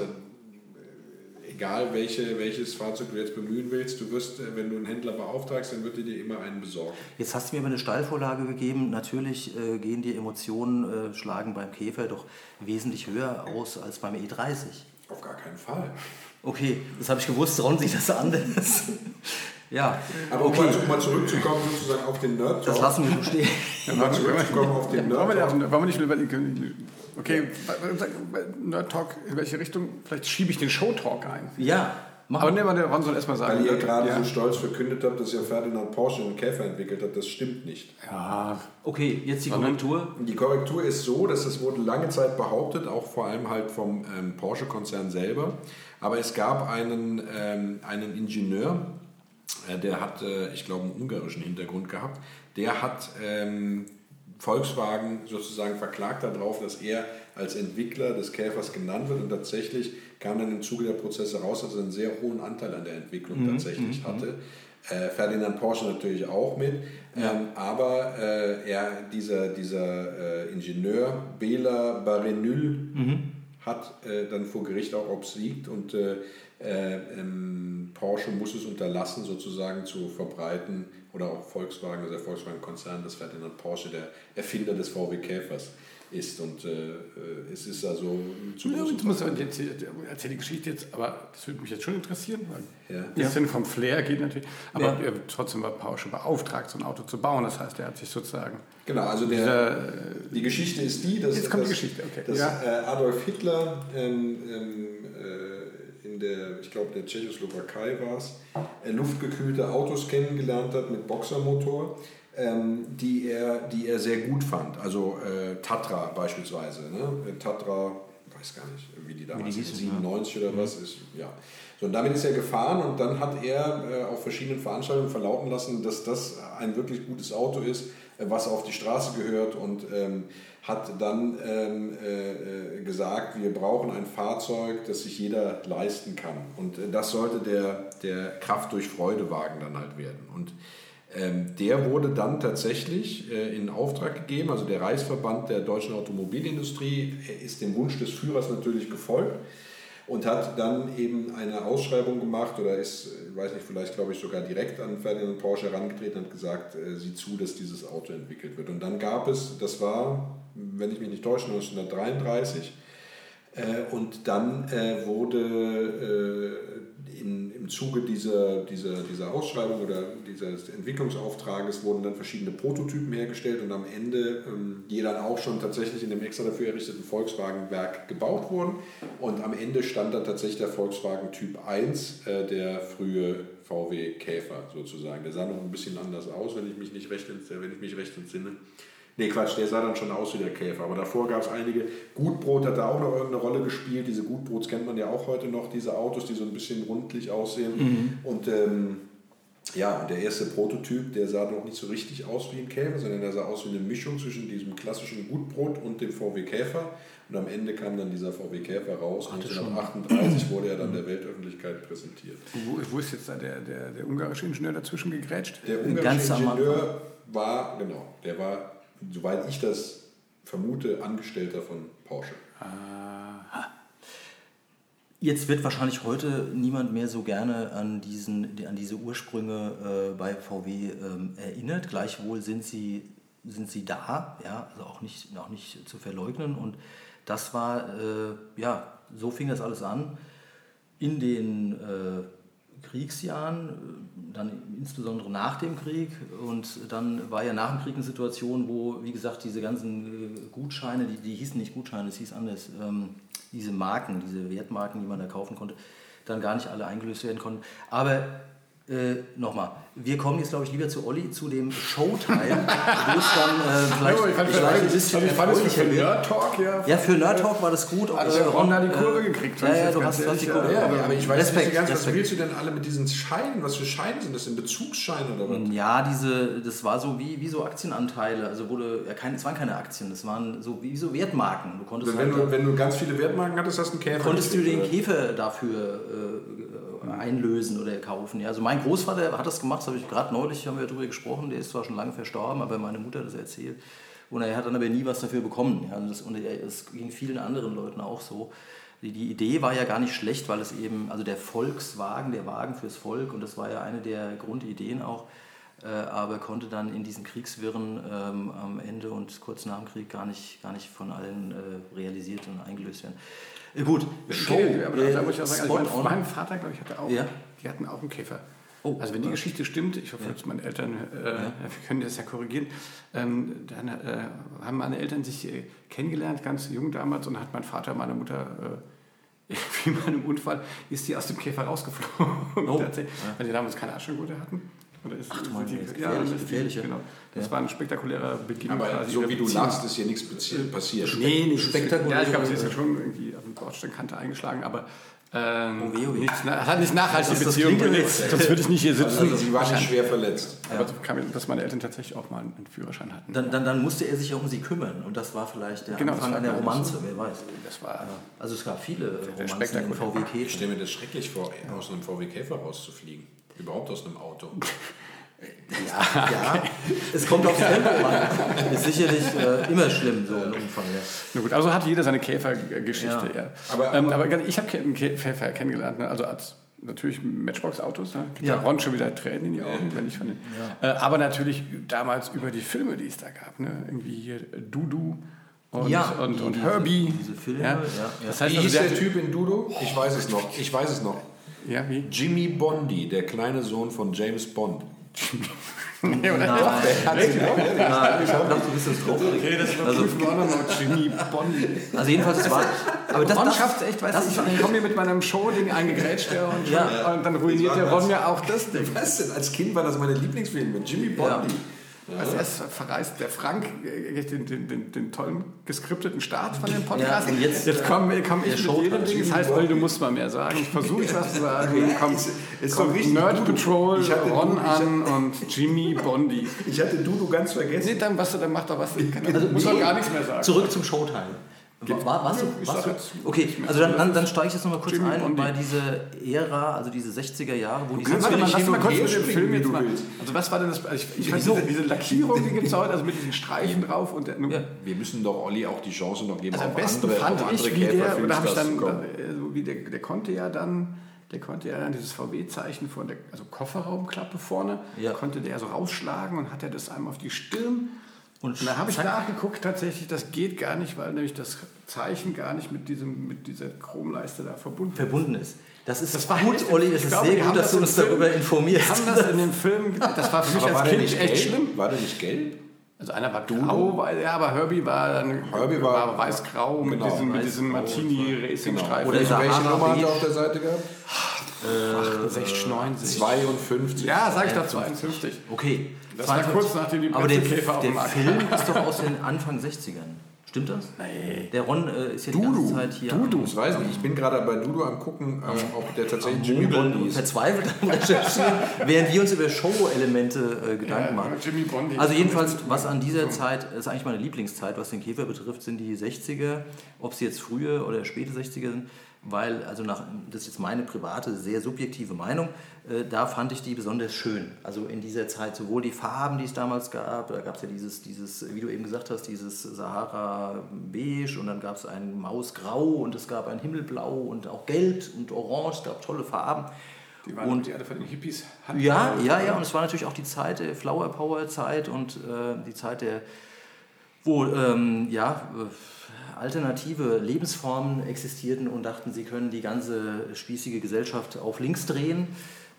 Egal welches Fahrzeug du jetzt bemühen willst, du wirst, wenn du einen Händler beauftragst, dann wird er dir immer einen besorgen. Jetzt hast du mir aber eine Steilvorlage gegeben. Natürlich gehen die Emotionen, schlagen beim Käfer doch wesentlich höher aus als beim E30. Auf gar keinen Fall. Okay, das habe ich gewusst, Ron sieht das anders. Ja, aber um mal zurückzukommen sozusagen auf den Nerd Talk. Das lassen wir so stehen. Mal zurückzukommen auf den Nerd Talk. Wollen wir nicht überlegen? Okay, Nerd Talk, in welche Richtung? Vielleicht schiebe ich den Show Talk ein. Ja, aber der Ron soll erstmal sagen. Weil ihr gerade so stolz verkündet habt, dass ja Ferdinand Porsche einen Käfer entwickelt hat, das stimmt nicht. Ja. Okay, jetzt die Korrektur. Die Korrektur ist so, dass es wurde lange Zeit behauptet, auch vor allem halt vom Porsche-Konzern selber. Aber es gab einen Ingenieur, der hat, ich glaube, einen ungarischen Hintergrund gehabt. Der hat Volkswagen sozusagen verklagt darauf, dass er als Entwickler des Käfers genannt wird und tatsächlich kam dann im Zuge der Prozesse raus, dass er einen sehr hohen Anteil an der Entwicklung tatsächlich hatte. Ferdinand Porsche natürlich auch mit, aber dieser Ingenieur Béla Barrenul hat dann vor Gericht auch obsiegt und Porsche muss es unterlassen, sozusagen zu verbreiten, oder auch Volkswagen, also der Volkswagen-Konzern, dass Ferdinand Porsche der Erfinder des VW Käfers ist. Und es ist also zu groß. Ich muss jetzt erzähl die Geschichte jetzt, aber das würde mich jetzt schon interessieren. Weil ein bisschen vom Flair geht natürlich. Aber trotzdem war Porsche beauftragt, so ein Auto zu bauen. Das heißt, er hat sich sozusagen... Genau, also die Geschichte ist die, dass, jetzt kommt die Geschichte. Okay. dass Adolf Hitler ich glaube, der Tschechoslowakei war es, luftgekühlte Autos kennengelernt hat mit Boxermotor, die er sehr gut fand. Also Tatra beispielsweise. Ne? Tatra, ich weiß gar nicht, wie die damals 97 oder was ist. Ja. So, und damit ist er gefahren und dann hat er auf verschiedenen Veranstaltungen verlauten lassen, dass das ein wirklich gutes Auto ist, was auf die Straße gehört und hat dann gesagt, wir brauchen ein Fahrzeug, das sich jeder leisten kann. Und das sollte der Kraft durch Freude-Wagen dann halt werden. Und der wurde dann tatsächlich in Auftrag gegeben, also der Reichsverband der deutschen Automobilindustrie ist dem Wunsch des Führers natürlich gefolgt und hat dann eben eine Ausschreibung gemacht oder ist, ich weiß nicht, vielleicht glaube ich sogar direkt an Ferdinand Porsche herangetreten und hat gesagt, sieh zu, dass dieses Auto entwickelt wird. Und dann gab es, das war, wenn ich mich nicht täusche, 1933 und dann wurde im Zuge dieser Ausschreibung oder dieses Entwicklungsauftrages wurden dann verschiedene Prototypen hergestellt und am Ende, die dann auch schon tatsächlich in dem extra dafür errichteten Volkswagen-Werk gebaut wurden. Und am Ende stand dann tatsächlich der Volkswagen Typ 1, der frühe VW Käfer sozusagen. Der sah noch ein bisschen anders aus, wenn ich mich recht entsinne. Nee, Quatsch, der sah dann schon aus wie der Käfer. Aber davor gab es einige. Gutbrot hat da auch noch irgendeine Rolle gespielt. Diese Gutbrots kennt man ja auch heute noch, diese Autos, die so ein bisschen rundlich aussehen. Und der erste Prototyp, der sah noch nicht so richtig aus wie ein Käfer, sondern der sah aus wie eine Mischung zwischen diesem klassischen Gutbrot und dem VW Käfer. Und am Ende kam dann dieser VW Käfer raus. 1938 wurde er dann der Weltöffentlichkeit präsentiert. Wo ist jetzt da der ungarische Ingenieur dazwischen gegrätscht? Der ungarische Ingenieur war, der war, soweit ich das vermute, Angestellter von Porsche. Jetzt wird wahrscheinlich heute niemand mehr so gerne an diese Ursprünge bei VW erinnert. Gleichwohl sind sie da, ja, also auch nicht zu verleugnen. Und das war, so fing das alles an in den Kriegsjahren, dann insbesondere nach dem Krieg, und dann war ja nach dem Krieg eine Situation, wo, wie gesagt, diese ganzen Gutscheine, die hießen nicht Gutscheine, es hieß anders, diese Marken, diese Wertmarken, die man da kaufen konnte, dann gar nicht alle eingelöst werden konnten. Aber nochmal, wir kommen jetzt, glaube ich, lieber zu Olli, zu dem Showteil, wo es dann vielleicht ein bisschen erfreulicher wird. Nerd-Talk, ja, für Nerd-Talk war das gut. Also Ron hat die Kurve gekriegt. Ja, du hast die Kurve. Ja, aber ich weiß nicht ganz, was willst du denn alle mit diesen Scheinen? Was für Scheine sind das denn? Bezugsscheine oder was? Ja, das war so wie so Aktienanteile. Also es waren keine Aktien, das waren so wie so Wertmarken. Du konntest wenn du ganz viele Wertmarken hattest, hast du einen Käfer. Konntest du den Käfer dafür einlösen oder kaufen. Ja, also mein Großvater hat das gemacht, das haben wir darüber gesprochen, der ist zwar schon lange verstorben, aber meine Mutter hat das erzählt. Und er hat dann aber nie was dafür bekommen. Ja, und das ging vielen anderen Leuten auch so. Die Idee war ja gar nicht schlecht, weil es eben, also der Volkswagen, der Wagen fürs Volk, und das war ja eine der Grundideen auch, aber konnte dann in diesen Kriegswirren am Ende und kurz nach dem Krieg gar nicht von allen realisiert und eingelöst werden. Gut, da muss ich auch sagen, mein Vater, glaube ich, die hatten auch einen Käfer. Oh, also wenn die Geschichte stimmt, ich hoffe, jetzt meine Eltern, wir können das ja korrigieren, dann haben meine Eltern sich kennengelernt, ganz jung damals, und dann hat mein Vater, meine Mutter, wie bei einem Unfall, ist die aus dem Käfer rausgeflogen. Weil die damals keine Aschengurte hatten. Gefährlich. Genau. Das war ein spektakulärer Beginn. Aber so wie du lachst, ist hier nichts passiert. Nee, nicht spektakulär. Ja, ich glaube, sie ist ja schon irgendwie auf den Bordsteinkante eingeschlagen, aber hat nicht nachhaltige Beziehung. Sonst würde ich nicht hier sitzen. Also sie war nicht schwer verletzt. Aber dass meine Eltern tatsächlich auch mal einen Führerschein hatten. Dann musste er sich ja um sie kümmern, und das war vielleicht der Anfang einer Romanze, wer weiß. Das war, also es gab viele Romanzen im VW Käfer. Ich stelle mir das schrecklich vor, aus einem VW Käfer rauszufliegen. Überhaupt aus einem Auto. Ja, es kommt aufs Tempo an. Ist sicherlich immer schlimm, so ein Unfall. Ja. Na gut, also hat jeder seine Käfergeschichte. Ja. Aber ich habe einen Käfer kennengelernt, ne? Also als natürlich Matchbox-Autos. Ne? Da rollen schon wieder Tränen in die Augen, wenn ich von den. Aber natürlich damals über die Filme, die es da gab. Ne? Irgendwie hier Dudu. Und Herbie. Diese Filme, ja. Das heißt, wie hieß der Typ in Dudu? Ich weiß es noch. Ja, wie? Jimmy Bondi, der kleine Sohn von James Bond. Nein, ich habe gedacht, du bist jetzt drauf. Okay, das überprüfen wir auch noch Jimmy Bondi. Also jedenfalls, es war... Aber das schafft es echt, weißt du, ich komme hier mit meinem Show-Ding eingegrätscht und dann ruiniert der Ron ja auch das Ding. Was denn? Als Kind war das meine Lieblingsfilme mit Jimmy Bondi. Ja. Als erst verreist der Frank den tollen geskripteten Start von dem Podcast. Ja, jetzt komm ich mit jedem Ding. Das heißt, du musst mal mehr sagen. Ich versuche was zu sagen. Kommt Nerd Patrol, Ron an und Jimmy Bondi. Ich hatte Dudu ganz vergessen. Nee, dann macht doch was. Also muss man gar nichts mehr sagen. Zurück zum Showtime. Warst du? Okay, also dann steige ich jetzt nochmal kurz Jimmy ein Bondi. bei dieser Ära, also diese 60er Jahre, wo die... Lass mal kurz mit dem Film jetzt mal. Also was war denn das? Ich fand diese Lackierung, die gibt es heute, also mit diesen Streifen drauf. Und wir müssen doch Olli auch die Chance noch geben, also am besten fand ich, wie der konnte ja dann dieses VW-Zeichen von der Kofferraumklappe vorne, konnte der so rausschlagen und hat er das einem auf die Stirn. Und da habe ich nachgeguckt, tatsächlich, das geht gar nicht, weil nämlich das Zeichen gar nicht mit dieser Chromleiste da verbunden ist. Das war gut, Olli, es ist sehr gut, dass du uns darüber informierst. Wir haben das in dem Film, das war für mich als Kind echt schlimm. War der nicht gelb? Also einer war grau, aber Herbie war weiß-grau mit diesem Martini-Racing-Streifen. Oder welche Nummer hat er auf der Seite gehabt? 68, 90. 52. Ja, sag ich doch 52. Okay. Das war kurz nachdem die Käfer auf dem Markt waren. Der Film ist doch aus den Anfang 60ern. Stimmt das? Nee. Der Ron ist ja die ganze Zeit hier. Ich weiß nicht. Ich bin gerade bei Dudu am gucken, ob der tatsächlich Jimmy Bondi ist. Verzweifelt am Recherchieren, während wir uns über Show-Elemente Gedanken machen. Jimmy Bondi. Also jedenfalls, was an dieser Zeit, das ist eigentlich meine Lieblingszeit, was den Käfer betrifft, sind die 60er. Ob sie jetzt frühe oder späte 60er sind. Weil, das ist jetzt meine private, sehr subjektive Meinung, da fand ich die besonders schön. Also in dieser Zeit sowohl die Farben, die es damals gab, da gab es ja dieses, wie du eben gesagt hast, dieses Sahara-Beige und dann gab es ein Mausgrau und es gab ein Himmelblau und auch Gelb und Orange, es gab tolle Farben. Die waren die alle von den Hippies. Ja, und es war natürlich auch die Zeit der Flower Power Zeit und die Zeit wo alternative Lebensformen existierten und dachten, sie können die ganze spießige Gesellschaft auf links drehen,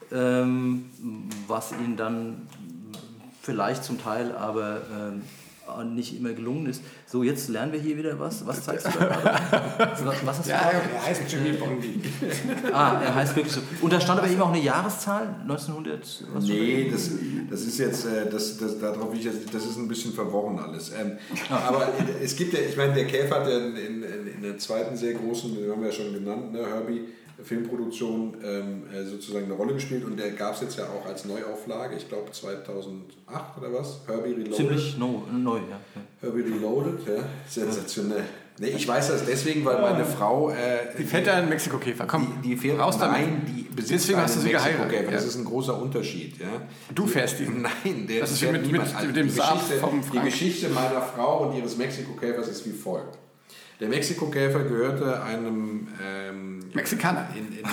was ihnen dann vielleicht zum Teil aber nicht immer gelungen ist. So, jetzt lernen wir hier wieder was. Was zeigst du da gerade? Was ist er heißt Jimmy Bondi. Er heißt wirklich so. Und da stand aber eben auch eine Jahreszahl, 1900? Nee, das ist jetzt, das ist ein bisschen verworren alles. Aber es gibt ja, ich meine, der Käfer hat ja in der zweiten sehr großen, den haben wir ja schon genannt, ne, Herbie, Filmproduktion sozusagen eine Rolle gespielt und der gab es jetzt ja auch als Neuauflage, ich glaube 2008 oder was? Herbie Reloaded. Ziemlich neu, ja. Herbie Reloaded, ja, sensationell. Nee, ich weiß das deswegen, weil meine Frau... die fährt ja in Mexiko-Käfer, komm, die fährt raus damit. Nein, die besitzt deswegen hast du sie geheiratet. Das ist ein großer Unterschied. Ja. Du fährst ihn. Nein, das ist mit dem Saab vom Frank. Die Geschichte meiner Frau und ihres Mexiko-Käfers ist wie folgt. Der Mexiko-Käfer gehörte einem Mexikaner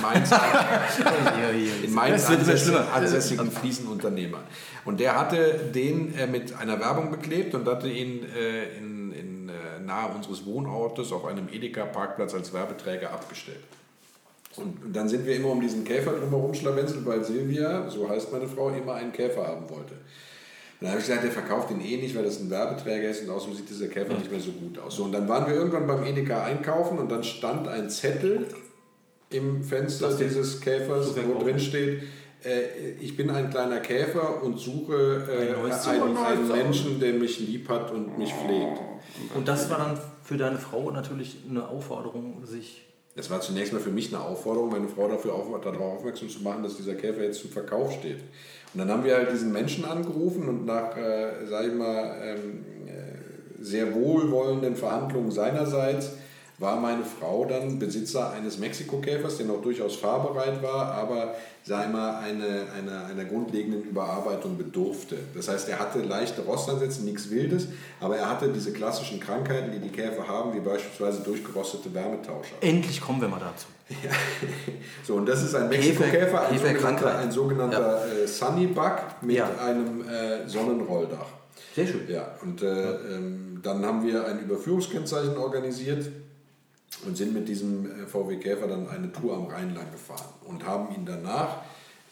in Mainz ansässigen Fliesenunternehmer. Und der hatte den mit einer Werbung beklebt und hatte ihn nahe unseres Wohnortes auf einem Edeka-Parkplatz als Werbeträger abgestellt. Und dann sind wir immer um diesen Käfer drumherum schlawenzelt, weil Silvia, so heißt meine Frau, immer einen Käfer haben wollte. Und dann habe ich gesagt, der verkauft den nicht, weil das ein Werbeträger ist und außerdem sieht dieser Käfer nicht mehr so gut aus. So, und dann waren wir irgendwann beim Edeka einkaufen und dann stand ein Zettel im Fenster dieses Käfers, wo drin steht, ich bin ein kleiner Käfer und suche einen Menschen, der mich lieb hat und mich pflegt. Und das war dann für deine Frau natürlich eine Aufforderung, sich... Das war zunächst mal für mich eine Aufforderung, meine Frau darauf aufmerksam zu machen, dass dieser Käfer jetzt zum Verkauf steht. Und dann haben wir halt diesen Menschen angerufen und nach, sehr wohlwollenden Verhandlungen seinerseits war meine Frau dann Besitzer eines Mexiko-Käfers, der noch durchaus fahrbereit war, aber einer grundlegenden Überarbeitung bedurfte. Das heißt, er hatte leichte Rostansätze, nichts Wildes, aber er hatte diese klassischen Krankheiten, die die Käfer haben, wie beispielsweise durchgerostete Wärmetauscher. Endlich kommen wir mal dazu. Ja. So, und das ist ein Mexiko-Käfer, ein sogenannter Sunnybug mit einem Sonnenrolldach. Sehr schön. Ja, und dann haben wir ein Überführungskennzeichen organisiert und sind mit diesem VW Käfer dann eine Tour am Rhein lang gefahren und haben ihn danach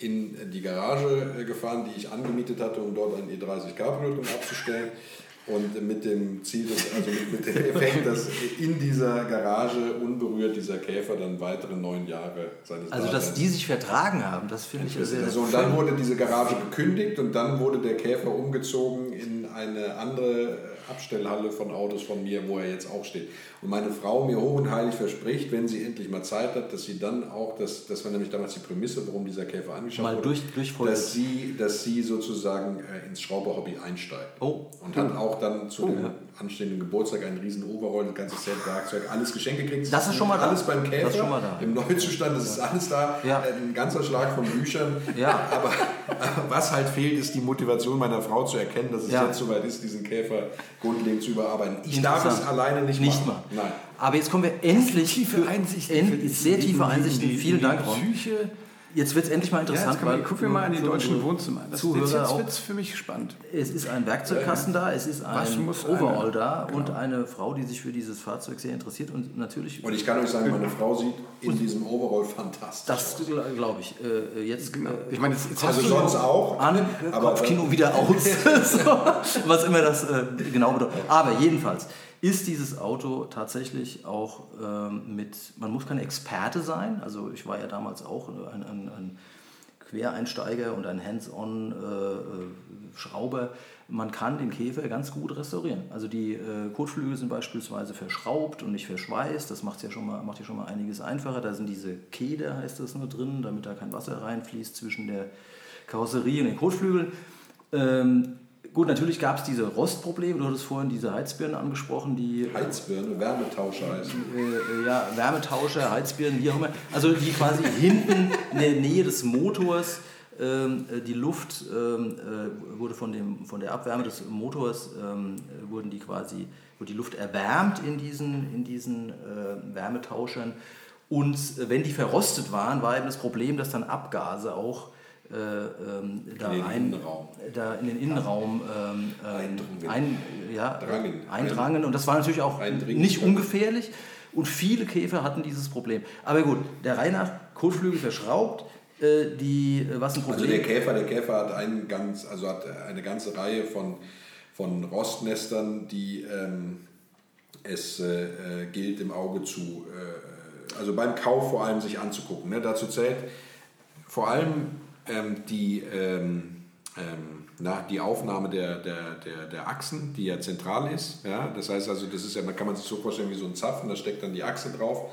in die Garage gefahren, die ich angemietet hatte, um dort ein E30 Cabrio drin abzustellen. Und mit dem Ziel, mit dem Effekt, dass in dieser Garage unberührt dieser Käfer dann weitere 9 Jahre seines Also, dass die sich vertragen haben, das finde ich sehr, sehr und dann wurde diese Garage gekündigt und dann wurde der Käfer umgezogen in eine andere Abstellhalle von Autos von mir, wo er jetzt auch steht. Und meine Frau mir hoch und heilig verspricht, wenn sie endlich mal Zeit hat, dass sie dann auch, das war nämlich damals die Prämisse, warum dieser Käfer angeschafft wurde, dass sie sozusagen ins Schrauberhobby einsteigt. Oh. Und hat auch dann zu dem anstehenden Geburtstag einen riesen Overall, ein ganzes Set Werkzeug, alles geschenkt gekriegt. Das ist schon mal alles da. Beim Käfer, das ist schon mal da. Im Neuzustand, das ist alles da. Ja. Ein ganzer Schlag von Büchern. Ja. Aber was halt fehlt, ist die Motivation meiner Frau zu erkennen, dass es jetzt soweit ist, diesen Käfer grundlegend zu überarbeiten. Ich darf es alleine nicht machen. Nein. Aber jetzt kommen wir endlich tiefe Einsichten. Sehr tiefe Einsichten. Vielen Dank, Ron. Jetzt wird es endlich mal interessant. Gucken wir mal in die deutschen Wohnzimmer. Jetzt wird es für mich spannend. Es ist ein Werkzeugkasten da, es ist ein Overall da und eine Frau, die sich für dieses Fahrzeug sehr interessiert und natürlich... Und ich kann euch sagen, meine Frau sieht in diesem Overall fantastisch aus. Das glaube ich. Jetzt, ich meine, jetzt also sonst auch. An, Kopfkino wieder aus. Was immer das genau bedeutet. Aber jedenfalls ist dieses Auto tatsächlich auch man muss kein Experte sein, also ich war ja damals auch ein Quereinsteiger und ein Hands-on-Schrauber, man kann den Käfer ganz gut restaurieren. Also die Kotflügel sind beispielsweise verschraubt und nicht verschweißt, das macht ja schon mal einiges einfacher. Da sind diese Keder, heißt das, nur drin, damit da kein Wasser reinfließt zwischen der Karosserie und den Kotflügeln. Gut, natürlich gab es diese Rostprobleme. Du hattest vorhin diese Heizbirnen angesprochen, die... Heizbirne, Wärmetauscher heißen. Ja, Wärmetauscher, Heizbirnen, wie auch immer. Also die quasi hinten in der Nähe des Motors, die Luft wurde von der Abwärme des Motors, wurde die Luft erwärmt in diesen Wärmetauschern. Und wenn die verrostet waren, war eben das Problem, dass dann Abgase auch in den Innenraum eindrangen. Und das war natürlich auch nicht ungefährlich. Und viele Käfer hatten dieses Problem. Aber gut, der Reihe nach, Kotflügel verschraubt. Was ein Problem? Also der Käfer hat eine ganze Reihe von Rostnestern, die es gilt im Auge also beim Kauf vor allem sich anzugucken. Ne? Dazu zählt vor allem die Aufnahme der Achsen, die ja zentral ist. Ja? Das heißt also, da kann man sich so vorstellen wie so ein Zapfen, da steckt dann die Achse drauf.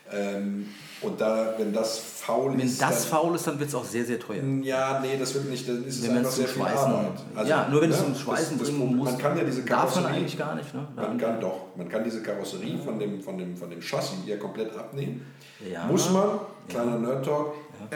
Und wenn das faul ist... dann wird es auch sehr, sehr teuer. Ja, nee, das wird nicht. Dann ist es einfach sehr viel Arbeit. Also, ja, nur wenn es zum Schweißen bringen muss, man kann ja diese Karosserie, darf man eigentlich gar nicht. Ne? Man kann diese Karosserie von dem Chassis ja komplett abnehmen. Ja. Muss man, kleiner Nerd-Talk,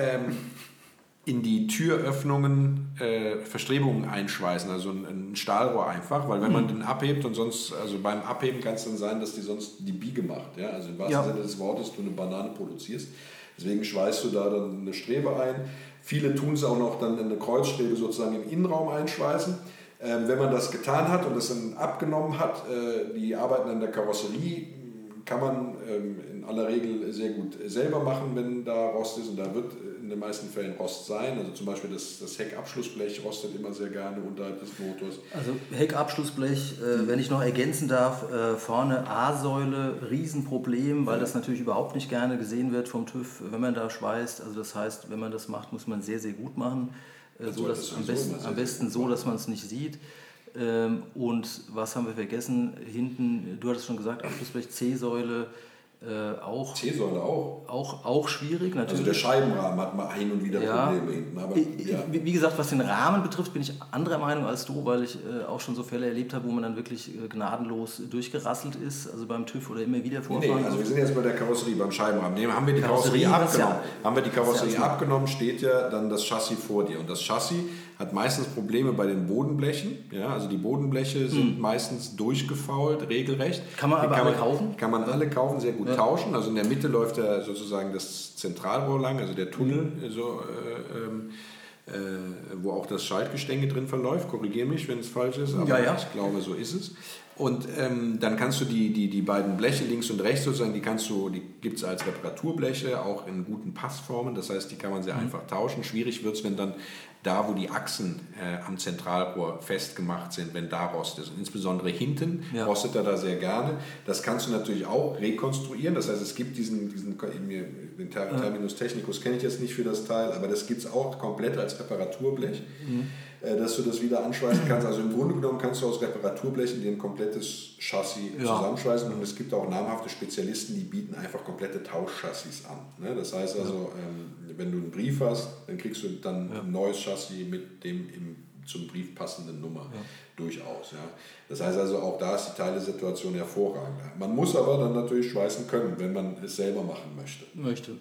in die Türöffnungen Verstrebungen einschweißen, also ein Stahlrohr einfach, weil wenn man den abhebt und sonst, also beim Abheben kann es dann sein, dass die sonst die Biege macht, ja? Also im wahrsten Sinne des Wortes, du eine Banane produzierst, deswegen schweißt du da dann eine Strebe ein. Viele tun es auch noch dann eine Kreuzstrebe sozusagen im Innenraum einschweißen. Wenn man das getan hat und das dann abgenommen hat, die Arbeiten an der Karosserie kann man in aller Regel sehr gut selber machen, wenn da Rost ist, und da wird in den meisten Fällen Rost sein. Also zum Beispiel das Heckabschlussblech rostet immer sehr gerne unterhalb des Motors. Also Heckabschlussblech, wenn ich noch ergänzen darf, vorne A-Säule, Riesenproblem, weil das natürlich überhaupt nicht gerne gesehen wird vom TÜV, wenn man da schweißt. Also das heißt, wenn man das macht, muss man sehr, sehr gut machen. So, dass am besten so, dass man es nicht sieht. Und was haben wir vergessen? Hinten, du hattest schon gesagt, Abschlussblech, C-Säule auch. C-Säule auch? Auch schwierig, natürlich. Also der Scheibenrahmen hat mal hin und wieder Probleme hinten. Aber, Wie gesagt, was den Rahmen betrifft, bin ich anderer Meinung als du, weil ich auch schon so Fälle erlebt habe, wo man dann wirklich gnadenlos durchgerasselt ist, also beim TÜV oder immer wieder vorfahren. Nee, also wir sind jetzt bei der Karosserie, beim Scheibenrahmen. Haben wir die Karosserie abgenommen, steht ja dann das Chassis vor dir. Und das Chassis hat meistens Probleme bei den Bodenblechen. Ja, also die Bodenbleche sind meistens durchgefault, regelrecht. Kann man alle kaufen? Kann man alle kaufen, sehr gut tauschen. Also in der Mitte läuft ja sozusagen das Zentralrohr lang, also der Tunnel, wo auch das Schaltgestänge drin verläuft. Korrigiere mich, wenn es falsch ist, aber ich glaube, so ist es. Und dann kannst du die beiden Bleche links und rechts sozusagen, die gibt es als Reparaturbleche, auch in guten Passformen. Das heißt, die kann man sehr einfach tauschen. Schwierig wird es, wenn dann da, wo die Achsen am Zentralrohr festgemacht sind, wenn da Rost ist. Und insbesondere hinten rostet er da sehr gerne. Das kannst du natürlich auch rekonstruieren. Das heißt, es gibt den Terminus technicus kenne ich jetzt nicht für das Teil, aber das gibt es auch komplett als Reparaturblech, dass du das wieder anschweißen kannst. Also im Grunde genommen kannst du aus Reparaturblechen dir ein komplettes Chassis zusammenschweißen. Und es gibt auch namhafte Spezialisten, die bieten einfach komplette Tauschchassis an. Ne? Das heißt also, wenn du einen Brief hast, dann kriegst du dann ein neues Chassis mit dem zum Brief passenden Nummer durchaus. Ja. Das heißt also, auch da ist die Teilesituation hervorragend. Man muss aber dann natürlich schweißen können, wenn man es selber machen möchte.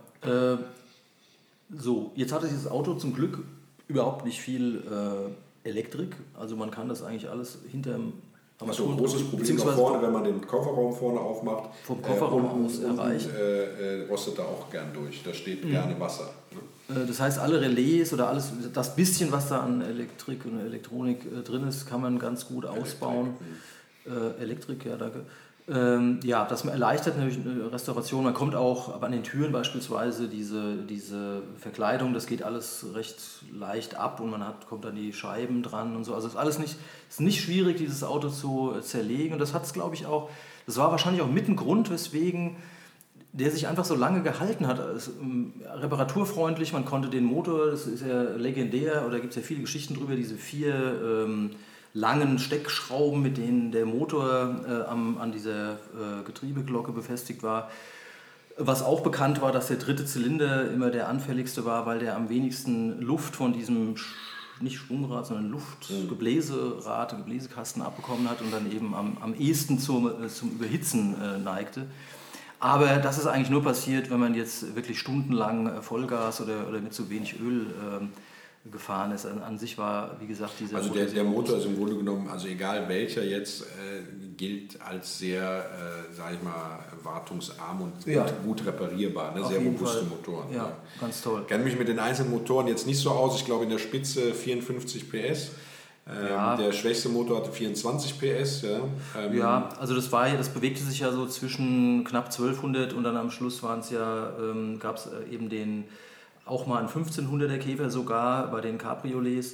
So, jetzt hat dieses Auto zum Glück überhaupt nicht viel Elektrik. Also man kann das eigentlich alles hinterm Also ein großes Problem da vorne, wenn man den Kofferraum vorne aufmacht, vom Kofferraum aus erreicht. Rostet da auch gern durch. Da steht gerne Wasser. Ne? Das heißt, alle Relais oder alles, das bisschen, was da an Elektrik und Elektronik drin ist, kann man ganz gut ausbauen. Elektrik, ja, danke. Das erleichtert natürlich eine Restauration. Man kommt auch, aber an den Türen beispielsweise, diese Verkleidung, das geht alles recht leicht ab und kommt dann die Scheiben dran und so. Also ist nicht schwierig, dieses Auto zu zerlegen. Und das hat es, glaube ich, auch, das war wahrscheinlich auch mit ein Grund, weswegen der sich einfach so lange gehalten hat. Reparaturfreundlich, man konnte den Motor, das ist ja legendär, oder gibt es ja viele Geschichten drüber, diese 4 langen Steckschrauben, mit denen der Motor an dieser Getriebeglocke befestigt war. Was auch bekannt war, dass der 3. Zylinder immer der anfälligste war, weil der am wenigsten Luft von diesem, nicht Schwungrad, sondern Gebläsekasten abbekommen hat und dann eben am ehesten zum Überhitzen neigte. Aber das ist eigentlich nur passiert, wenn man jetzt wirklich stundenlang Vollgas oder mit zu wenig Öl gefahren ist. An sich war, wie gesagt, dieser Also der Motor ist im Grunde genommen, also egal welcher jetzt, gilt als sehr, sag ich mal, wartungsarm und gut reparierbar. Ne? Sehr robuste Motoren. Ja, ganz toll. Ich kenne mich mit den einzelnen Motoren jetzt nicht so aus. Ich glaube in der Spitze 54 PS. Der schwächste Motor hatte 24 PS. Also das bewegte sich ja so zwischen knapp 1200 und dann am Schluss gab es eben auch mal einen 1500er Käfer sogar bei den Cabriolets.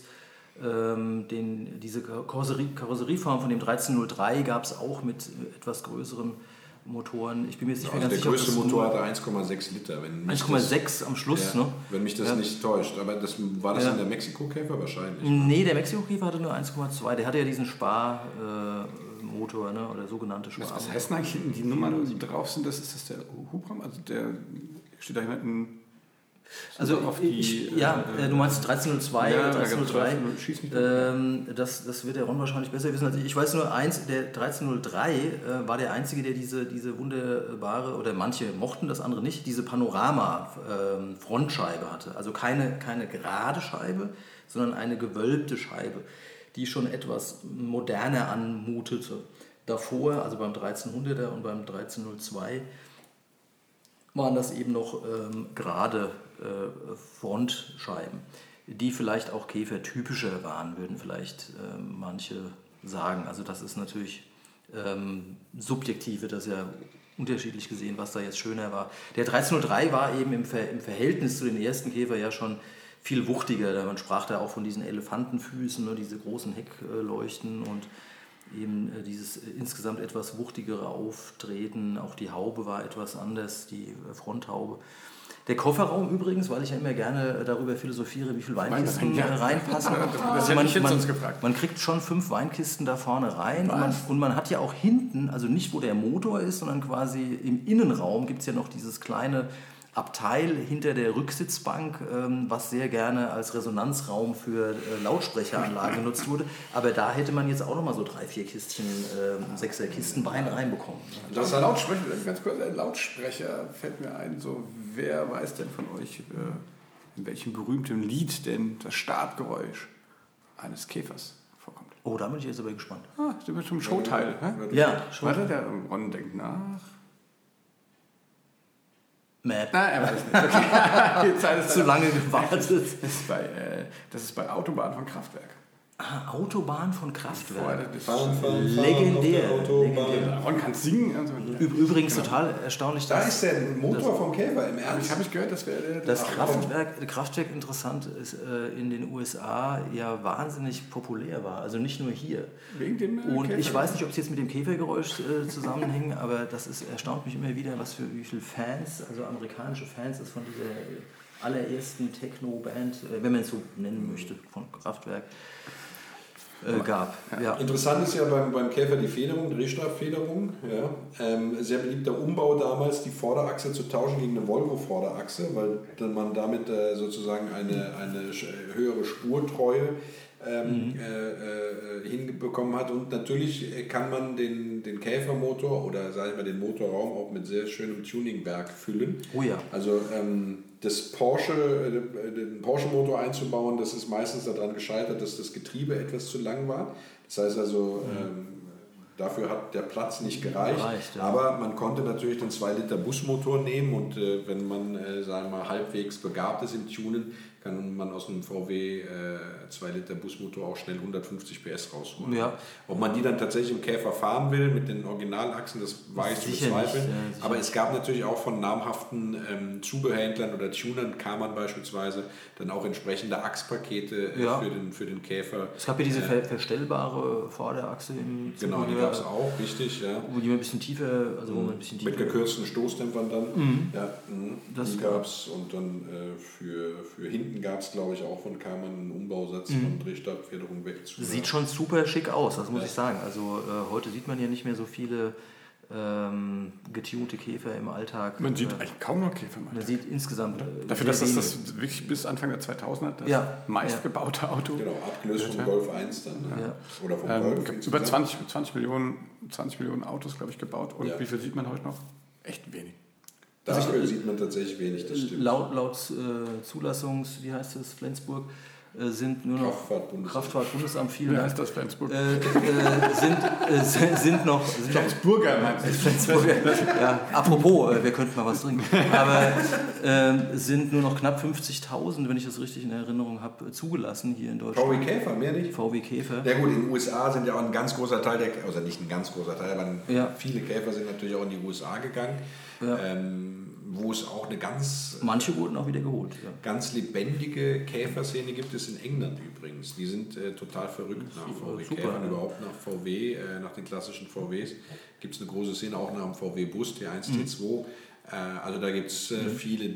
Diese Karosserieform von dem 1303 gab es auch mit etwas größeren Motoren. Ich bin mir jetzt nicht mehr ganz sicher. Der größte Motor hatte 1,6 Liter. 1,6 am Schluss, ne? Wenn mich das nicht täuscht. Aber war das dann der Mexiko-Käfer wahrscheinlich? Nee, der Mexiko-Käfer hatte nur 1,2. Der hatte ja diesen Sparmotor, ne? Oder sogenannte Spar. Was heißt denn eigentlich die Nummern, die drauf sind? Ist das der Hubraum? Also der steht da hinten. Also du meinst 1302 oder 1303, das wird der Ron wahrscheinlich besser wissen. Also ich weiß nur eins, der 1303 war der einzige, der diese wunderbare, oder manche mochten das, andere nicht, diese Panorama-Frontscheibe hatte. Also keine gerade Scheibe, sondern eine gewölbte Scheibe, die schon etwas moderner anmutete. Davor, also beim 1300er und beim 1302, waren das eben noch gerade Frontscheiben, die vielleicht auch käfertypischer waren, würden vielleicht manche sagen. Also das ist natürlich subjektiv, wird das ja unterschiedlich gesehen, was da jetzt schöner war. Der 1303 war eben im Verhältnis zu den ersten Käfer ja schon viel wuchtiger. Man sprach da auch von diesen Elefantenfüßen, ne, diese großen Heckleuchten und eben dieses insgesamt etwas wuchtigere Auftreten. Auch die Haube war etwas anders, die Fronthaube. Der Kofferraum übrigens, weil ich ja immer gerne darüber philosophiere, wie viele Weinkisten reinpassen. Man kriegt schon 5 Weinkisten da vorne rein und man hat ja auch hinten, also nicht wo der Motor ist, sondern quasi im Innenraum gibt es ja noch dieses kleine Abteil hinter der Rücksitzbank, was sehr gerne als Resonanzraum für Lautsprecheranlagen genutzt wurde. Aber da hätte man jetzt auch noch mal so 3-4 Kistchen, 6er Kisten Wein reinbekommen. Das Lautsprecher, ganz kurz, ein Lautsprecher fällt mir ein. So, wer weiß denn von euch, in welchem berühmten Lied denn das Startgeräusch eines Käfers vorkommt? Oh, da bin ich jetzt aber gespannt. Das wird zum Showteil. Ja, Warte, der Ron denkt nach. Map. Nein, er weiß nicht. Okay. Die Zeit ist zu lange gewartet. Das ist bei Autobahn von Kraftwerk. Autobahn von Kraftwerk. Fahren, legendär. Und kannst singen. Also. Übrigens total erstaunlich. Da ist der Motor vom Käfer im Ernst. Habe ich gehört, das wäre das Kraftwerk interessant ist, in den USA ja wahnsinnig populär war. Also nicht nur hier. Wegen dem Und Käfer. ich weiß nicht, ob es jetzt mit dem Käfergeräusch zusammenhängt, aber erstaunt mich immer wieder, wie viele Fans, also amerikanische Fans, es von dieser allerersten Techno-Band, wenn man es so nennen möchte, von Kraftwerk gab. Ja. Interessant ist ja beim Käfer die Federung, Drehstabfederung. Ja. Sehr beliebter Umbau damals, die Vorderachse zu tauschen gegen eine Volvo-Vorderachse, weil man damit sozusagen eine höhere Spurtreue hinbekommen hat. Und natürlich kann man den Käfermotor oder sage ich mal den Motorraum auch mit sehr schönem Tuningwerk füllen. Oh ja. Also den Porsche-Motor einzubauen, das ist meistens daran gescheitert, dass das Getriebe etwas zu lang war. Das heißt also, dafür hat der Platz nicht gereicht. Ja. Aber man konnte natürlich den 2-Liter Busmotor nehmen und wenn man sagen wir mal, halbwegs begabt ist im Tunen, kann man aus einem VW 2-Liter Busmotor auch schnell 150 PS rausholen. Ja. Ob man die dann tatsächlich im Käfer fahren will mit den Originalachsen, das war ich zu bezweifeln. Aber es gab natürlich auch von namhaften Zubehörhändlern oder Tunern, Karmann beispielsweise, dann auch entsprechende Achspakete für den Käfer. Es gab ja diese verstellbare Vorderachse im Genau, die gab es auch, richtig. Ja. Wo die ein bisschen tiefer, also wo man ein bisschen tiefer... Mit gekürzten Stoßdämpfern dann. Ja, die gab es und dann für hinten gab es, glaube ich, auch von Karmann einen Umbausatz von Drehstabfederung weg zu. Sieht schon super schick aus, das muss ich sagen. Also heute sieht man ja nicht mehr so viele getunte Käfer im Alltag. Man sieht eigentlich kaum noch Käfer im Alltag. Man sieht insgesamt... Dafür, dass das wirklich bis Anfang der 2000er das meistgebaute Auto... Genau, abgelöst vom Golf 1 dann. Ja. Oder vom Golf. Über 20 Millionen Autos, glaube ich, gebaut. Und wie viel sieht man heute noch? Echt wenig. Dafür sieht man tatsächlich wenig, das stimmt. Laut Zulassungs, wie heißt es, Flensburg, sind nur noch Kraftfahrtbundesamt, vielen Dank. Heißt das Flensburg? Sind noch Flensburger, meinst du? Flensburger, ja. Apropos, wir könnten mal was trinken. Aber sind nur noch knapp 50.000, wenn ich das richtig in Erinnerung habe, zugelassen hier in Deutschland. VW Käfer, mehr nicht? VW Käfer. Ja gut, in den USA sind ja auch ein ganz großer Teil also nicht ein ganz großer Teil, aber viele Käfer sind natürlich auch in die USA gegangen. Ja. Wo es auch eine manche wurden auch wieder geholt. Ja. Ganz lebendige Käferszene gibt es in England übrigens. Die sind total verrückt nach VW-Käfern, überhaupt nach VW, nach den klassischen VWs. Gibt es eine große Szene auch nach dem VW-Bus, T1, T2. Also da gibt es viele,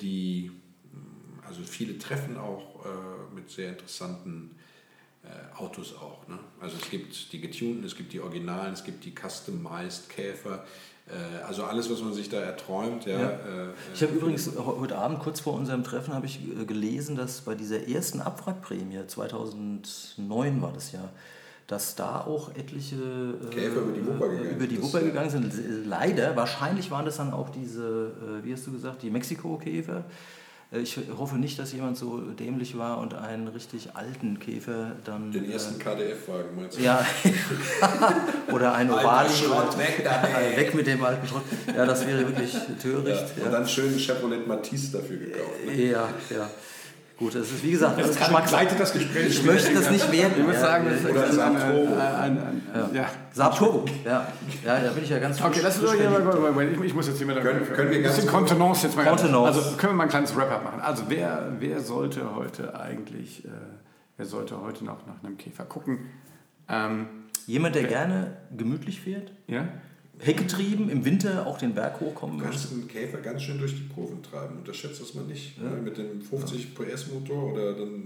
viele Treffen auch mit sehr interessanten Autos auch. Ne? Also es gibt die getunten, es gibt die Originalen, es gibt die Customized Käfer. Also alles, was man sich da erträumt. Ja. Ich habe übrigens heute Abend, kurz vor unserem Treffen, habe ich gelesen, dass bei dieser ersten Abwrackprämie, 2009 war das ja, dass da auch etliche Käfer über die Wupper gegangen sind. Leider, wahrscheinlich waren das dann auch diese, wie hast du gesagt, die Mexiko-Käfer. Ich hoffe nicht, dass jemand so dämlich war und einen richtig alten Käfer dann... Den ersten KDF-Wagen meinst du? Ja, oder ein Ovali. Weg mit dem alten Schrott. Ja, das wäre wirklich töricht. Ja. Und dann schön Chevrolet Matisse dafür gekauft. Ne? Ja. Gut, das ist wie gesagt, das Geschmackssache. Das Gespräch. Ich möchte das nicht werden. Ich muss sagen, das oder Saab Turbo. Saab Turbo. Ja, da bin ich ja ganz okay, lass uns ich muss jetzt hier mal können wir ein bisschen Kontenance jetzt mal also können wir mal ein kleines Wrap-up machen. Also wer sollte heute eigentlich noch nach einem Käfer gucken? Jemand, der gerne gemütlich fährt? Ja. Heckgetrieben, im Winter auch den Berg hochkommen möchte. Du kannst den Käfer ganz schön durch die Kurven treiben, unterschätzt das mal nicht. Ja. Mit dem 50 PS Motor oder dann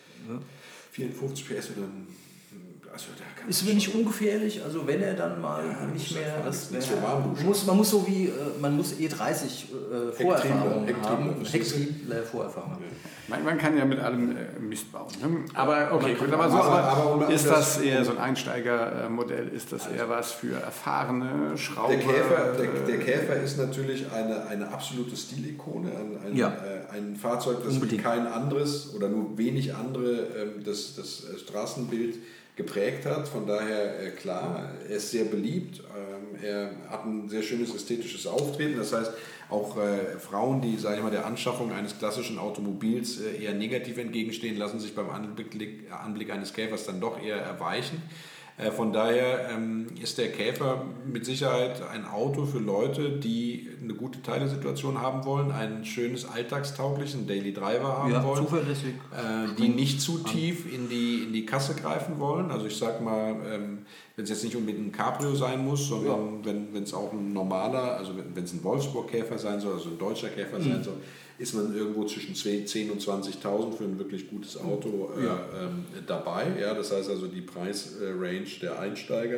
54 PS oder dann... Also da ist aber nicht ungefährlich, also wenn er dann mal nicht mehr... Man muss E30 Vorerfahrung haben. Hecktriebler Vorerfahrung haben. Man kann ja mit allem Mist bauen. Ne? Aber okay, gut, aber ist das eher so ein Einsteigermodell? Ist das eher was für erfahrene Schrauber? Der Käfer ist natürlich eine absolute Stilikone, ein Fahrzeug, das wie kein anderes oder nur wenig andere das Straßenbild geprägt hat. Von daher, klar, er ist sehr beliebt. Er hat ein sehr schönes ästhetisches Auftreten. Das heißt, auch Frauen, die, sage ich mal, der Anschaffung eines klassischen Automobils eher negativ entgegenstehen, lassen sich beim Anblick eines Käfers dann doch eher erweichen. Von daher ist der Käfer mit Sicherheit ein Auto für Leute, die eine gute Teilesituation haben wollen, ein schönes alltagstaugliches, Daily Driver haben wollen, zuverlässig. Die nicht zu tief in die Kasse greifen wollen. Also ich sag mal, wenn es jetzt nicht unbedingt ein Cabrio sein muss, sondern wenn es auch ein normaler, also wenn es ein Wolfsburg-Käfer sein soll, also ein deutscher Käfer sein soll, ist man irgendwo zwischen 10.000 und 20.000 für ein wirklich gutes Auto dabei. Ja, das heißt also die Preisrange der Einsteiger.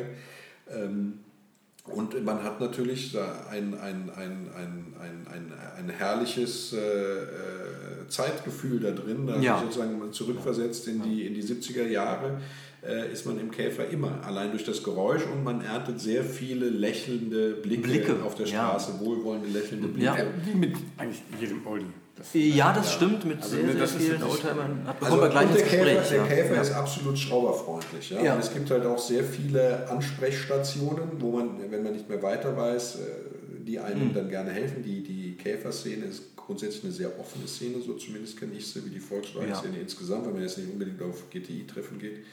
Und man hat natürlich ein herrliches Zeitgefühl da drin, sozusagen zurückversetzt in die 70er Jahre. Ist man im Käfer immer, allein durch das Geräusch, und man erntet sehr viele lächelnde Blicke auf der Straße, wohlwollende lächelnde Blicke. Ja, wie mit eigentlich jedem Oldie. Das stimmt, mit sehr vielen Oldtimern. Der Käfer ist absolut schrauberfreundlich. Ja? Und es gibt halt auch sehr viele Ansprechstationen, wo man, wenn man nicht mehr weiter weiß, die einem dann gerne helfen. Die Käferszene ist grundsätzlich eine sehr offene Szene, so zumindest kenne ich sie, wie die Volkswagen-Szene insgesamt, wenn man jetzt nicht unbedingt auf GTI-Treffen geht.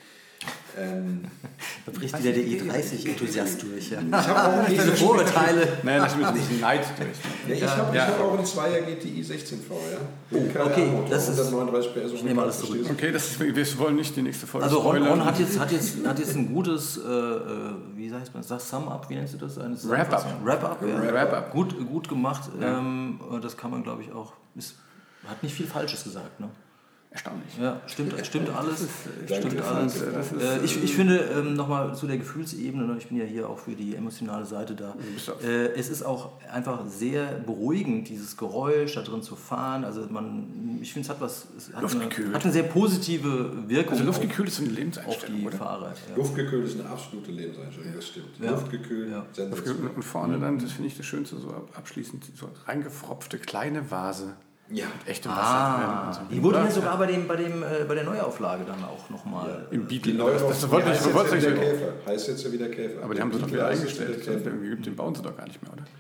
Da bricht wieder der E30-Enthusiast durch. Ja. Ich habe auch diese Vorurteile. Naja, das ist ein bisschen Neid durch. Ich habe auch einen 2er GTI 16V. Ja? Okay, das ist 139 PS. Ich nehme alles zurück. Okay, wir wollen nicht die nächste Folge. Also Ron hat jetzt ein gutes, wie heißt man das, Sum-Up, wie nennst du das? Wrap-Up. Gut gemacht. Ja. Das kann man, glaube ich, auch. Hat nicht viel Falsches gesagt, ne? Erstaunlich. Ja, stimmt alles. Ich finde, nochmal zu der Gefühlsebene, ich bin ja hier auch für die emotionale Seite da, es ist auch einfach sehr beruhigend, dieses Geräusch, da drin zu fahren. Also ich finde, es hat eine sehr positive Wirkung. Also luftgekühlt ist eine Lebenseinstellung, auf die Fahrer. Ja. Luftgekühlt ist eine absolute Lebenseinstellung, das stimmt. Ja. Luftgekühlt, und vorne dann, das finde ich das Schönste, so abschließend, so reingefropfte kleine Vase. Ja, mit echtem Wasser drin. Die wurde ja sogar bei der Neuauflage dann auch nochmal. Im Beetle. Das wollte ich wieder Käfer. Heißt jetzt ja wieder Käfer. Aber die haben sie doch wieder eingestellt. Den bauen sie doch gar nicht mehr, oder?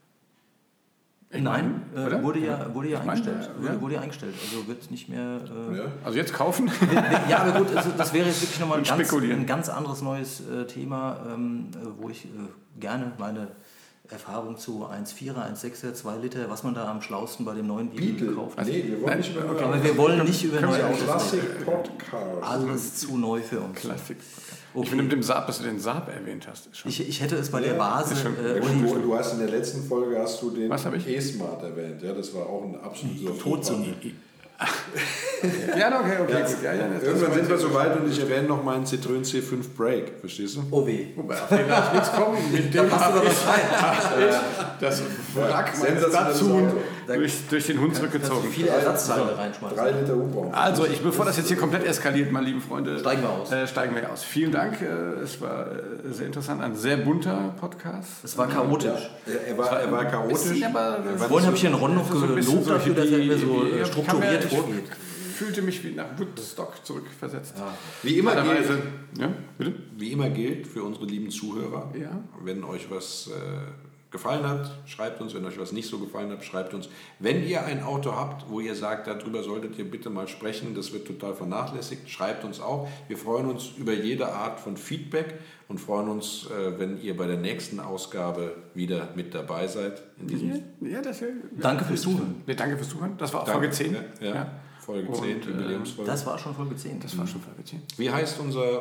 Nein, wurde ja eingestellt. Wurde ja eingestellt. Also wird nicht mehr. Also jetzt kaufen? Ja, aber gut, also das wäre jetzt wirklich nochmal ein ganz anderes neues Thema, wo ich gerne meine Erfahrung zu 1,4er, 1,6er, 2 Liter, was man da am schlausten bei dem neuen Beetle kauft. Nee, wir wollen nicht über neue Autos. Aber wir wollen nicht über neue Autos. Classic Podcast. Alles zu neu für uns. Classic. Okay. Ich finde mit dem Saab, dass du den Saab erwähnt hast. Ich hätte es bei der Vase. Du hast in der letzten Folge den E-Smart erwähnt. Ja, das war auch ein absoluter Todsünde. Ja, okay. Ja, irgendwann sind wir so weit und ich erwähne noch meinen Citroën C5 Break, verstehst du? Oh weh. Auf den darf nichts kommen. Mit dem hast du doch was rein. Das Wrack meines dazu durch den Hund zurückgezogen. Viele Ersatzteile reinschmeißen. 3 Liter Hubraum. Also, bevor das jetzt hier komplett eskaliert, meine lieben Freunde, steigen wir aus. Vielen Dank. Es war sehr interessant. Ein sehr bunter Podcast. Es war chaotisch. Er war chaotisch. Vorhin habe ich hier einen Ron noch gelobt dafür, dass er mir so strukturiert vorgeht. Fühlte mich wie nach Woodstock zurückversetzt. Ja. Wie immer gilt für unsere lieben Zuhörer, wenn euch was gefallen hat, schreibt uns. Wenn euch was nicht so gefallen hat, schreibt uns. Wenn ihr ein Auto habt, wo ihr sagt, darüber solltet ihr bitte mal sprechen, das wird total vernachlässigt, schreibt uns auch. Wir freuen uns über jede Art von Feedback und freuen uns, wenn ihr bei der nächsten Ausgabe wieder mit dabei seid. Danke fürs Zuhören. Danke fürs Zuhören. Das war auch Folge 10. Ja. Folge 10, Jubiläumsfolge. Das war schon Folge 10. Wie heißt unser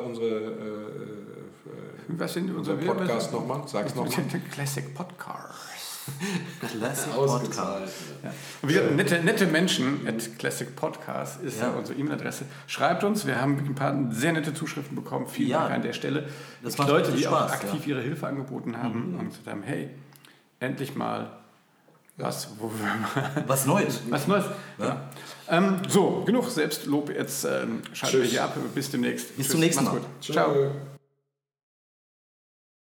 Podcast nochmal? Sag's nochmal. Classic Podcast. Classic Podcast. Ja. Und wie gesagt, nette Menschen at Classic Podcast ist unsere E-Mail-Adresse. Schreibt uns, wir haben ein paar sehr nette Zuschriften bekommen. Vielen Dank an der Stelle. Das macht Leute, die Spaß, auch aktiv ihre Hilfe angeboten haben und gesagt haben, hey, endlich mal was Neues. Ja. So, genug Selbstlob. Jetzt schalten wir hier ab. Bis demnächst. Bis zum nächsten Mal. Ciao.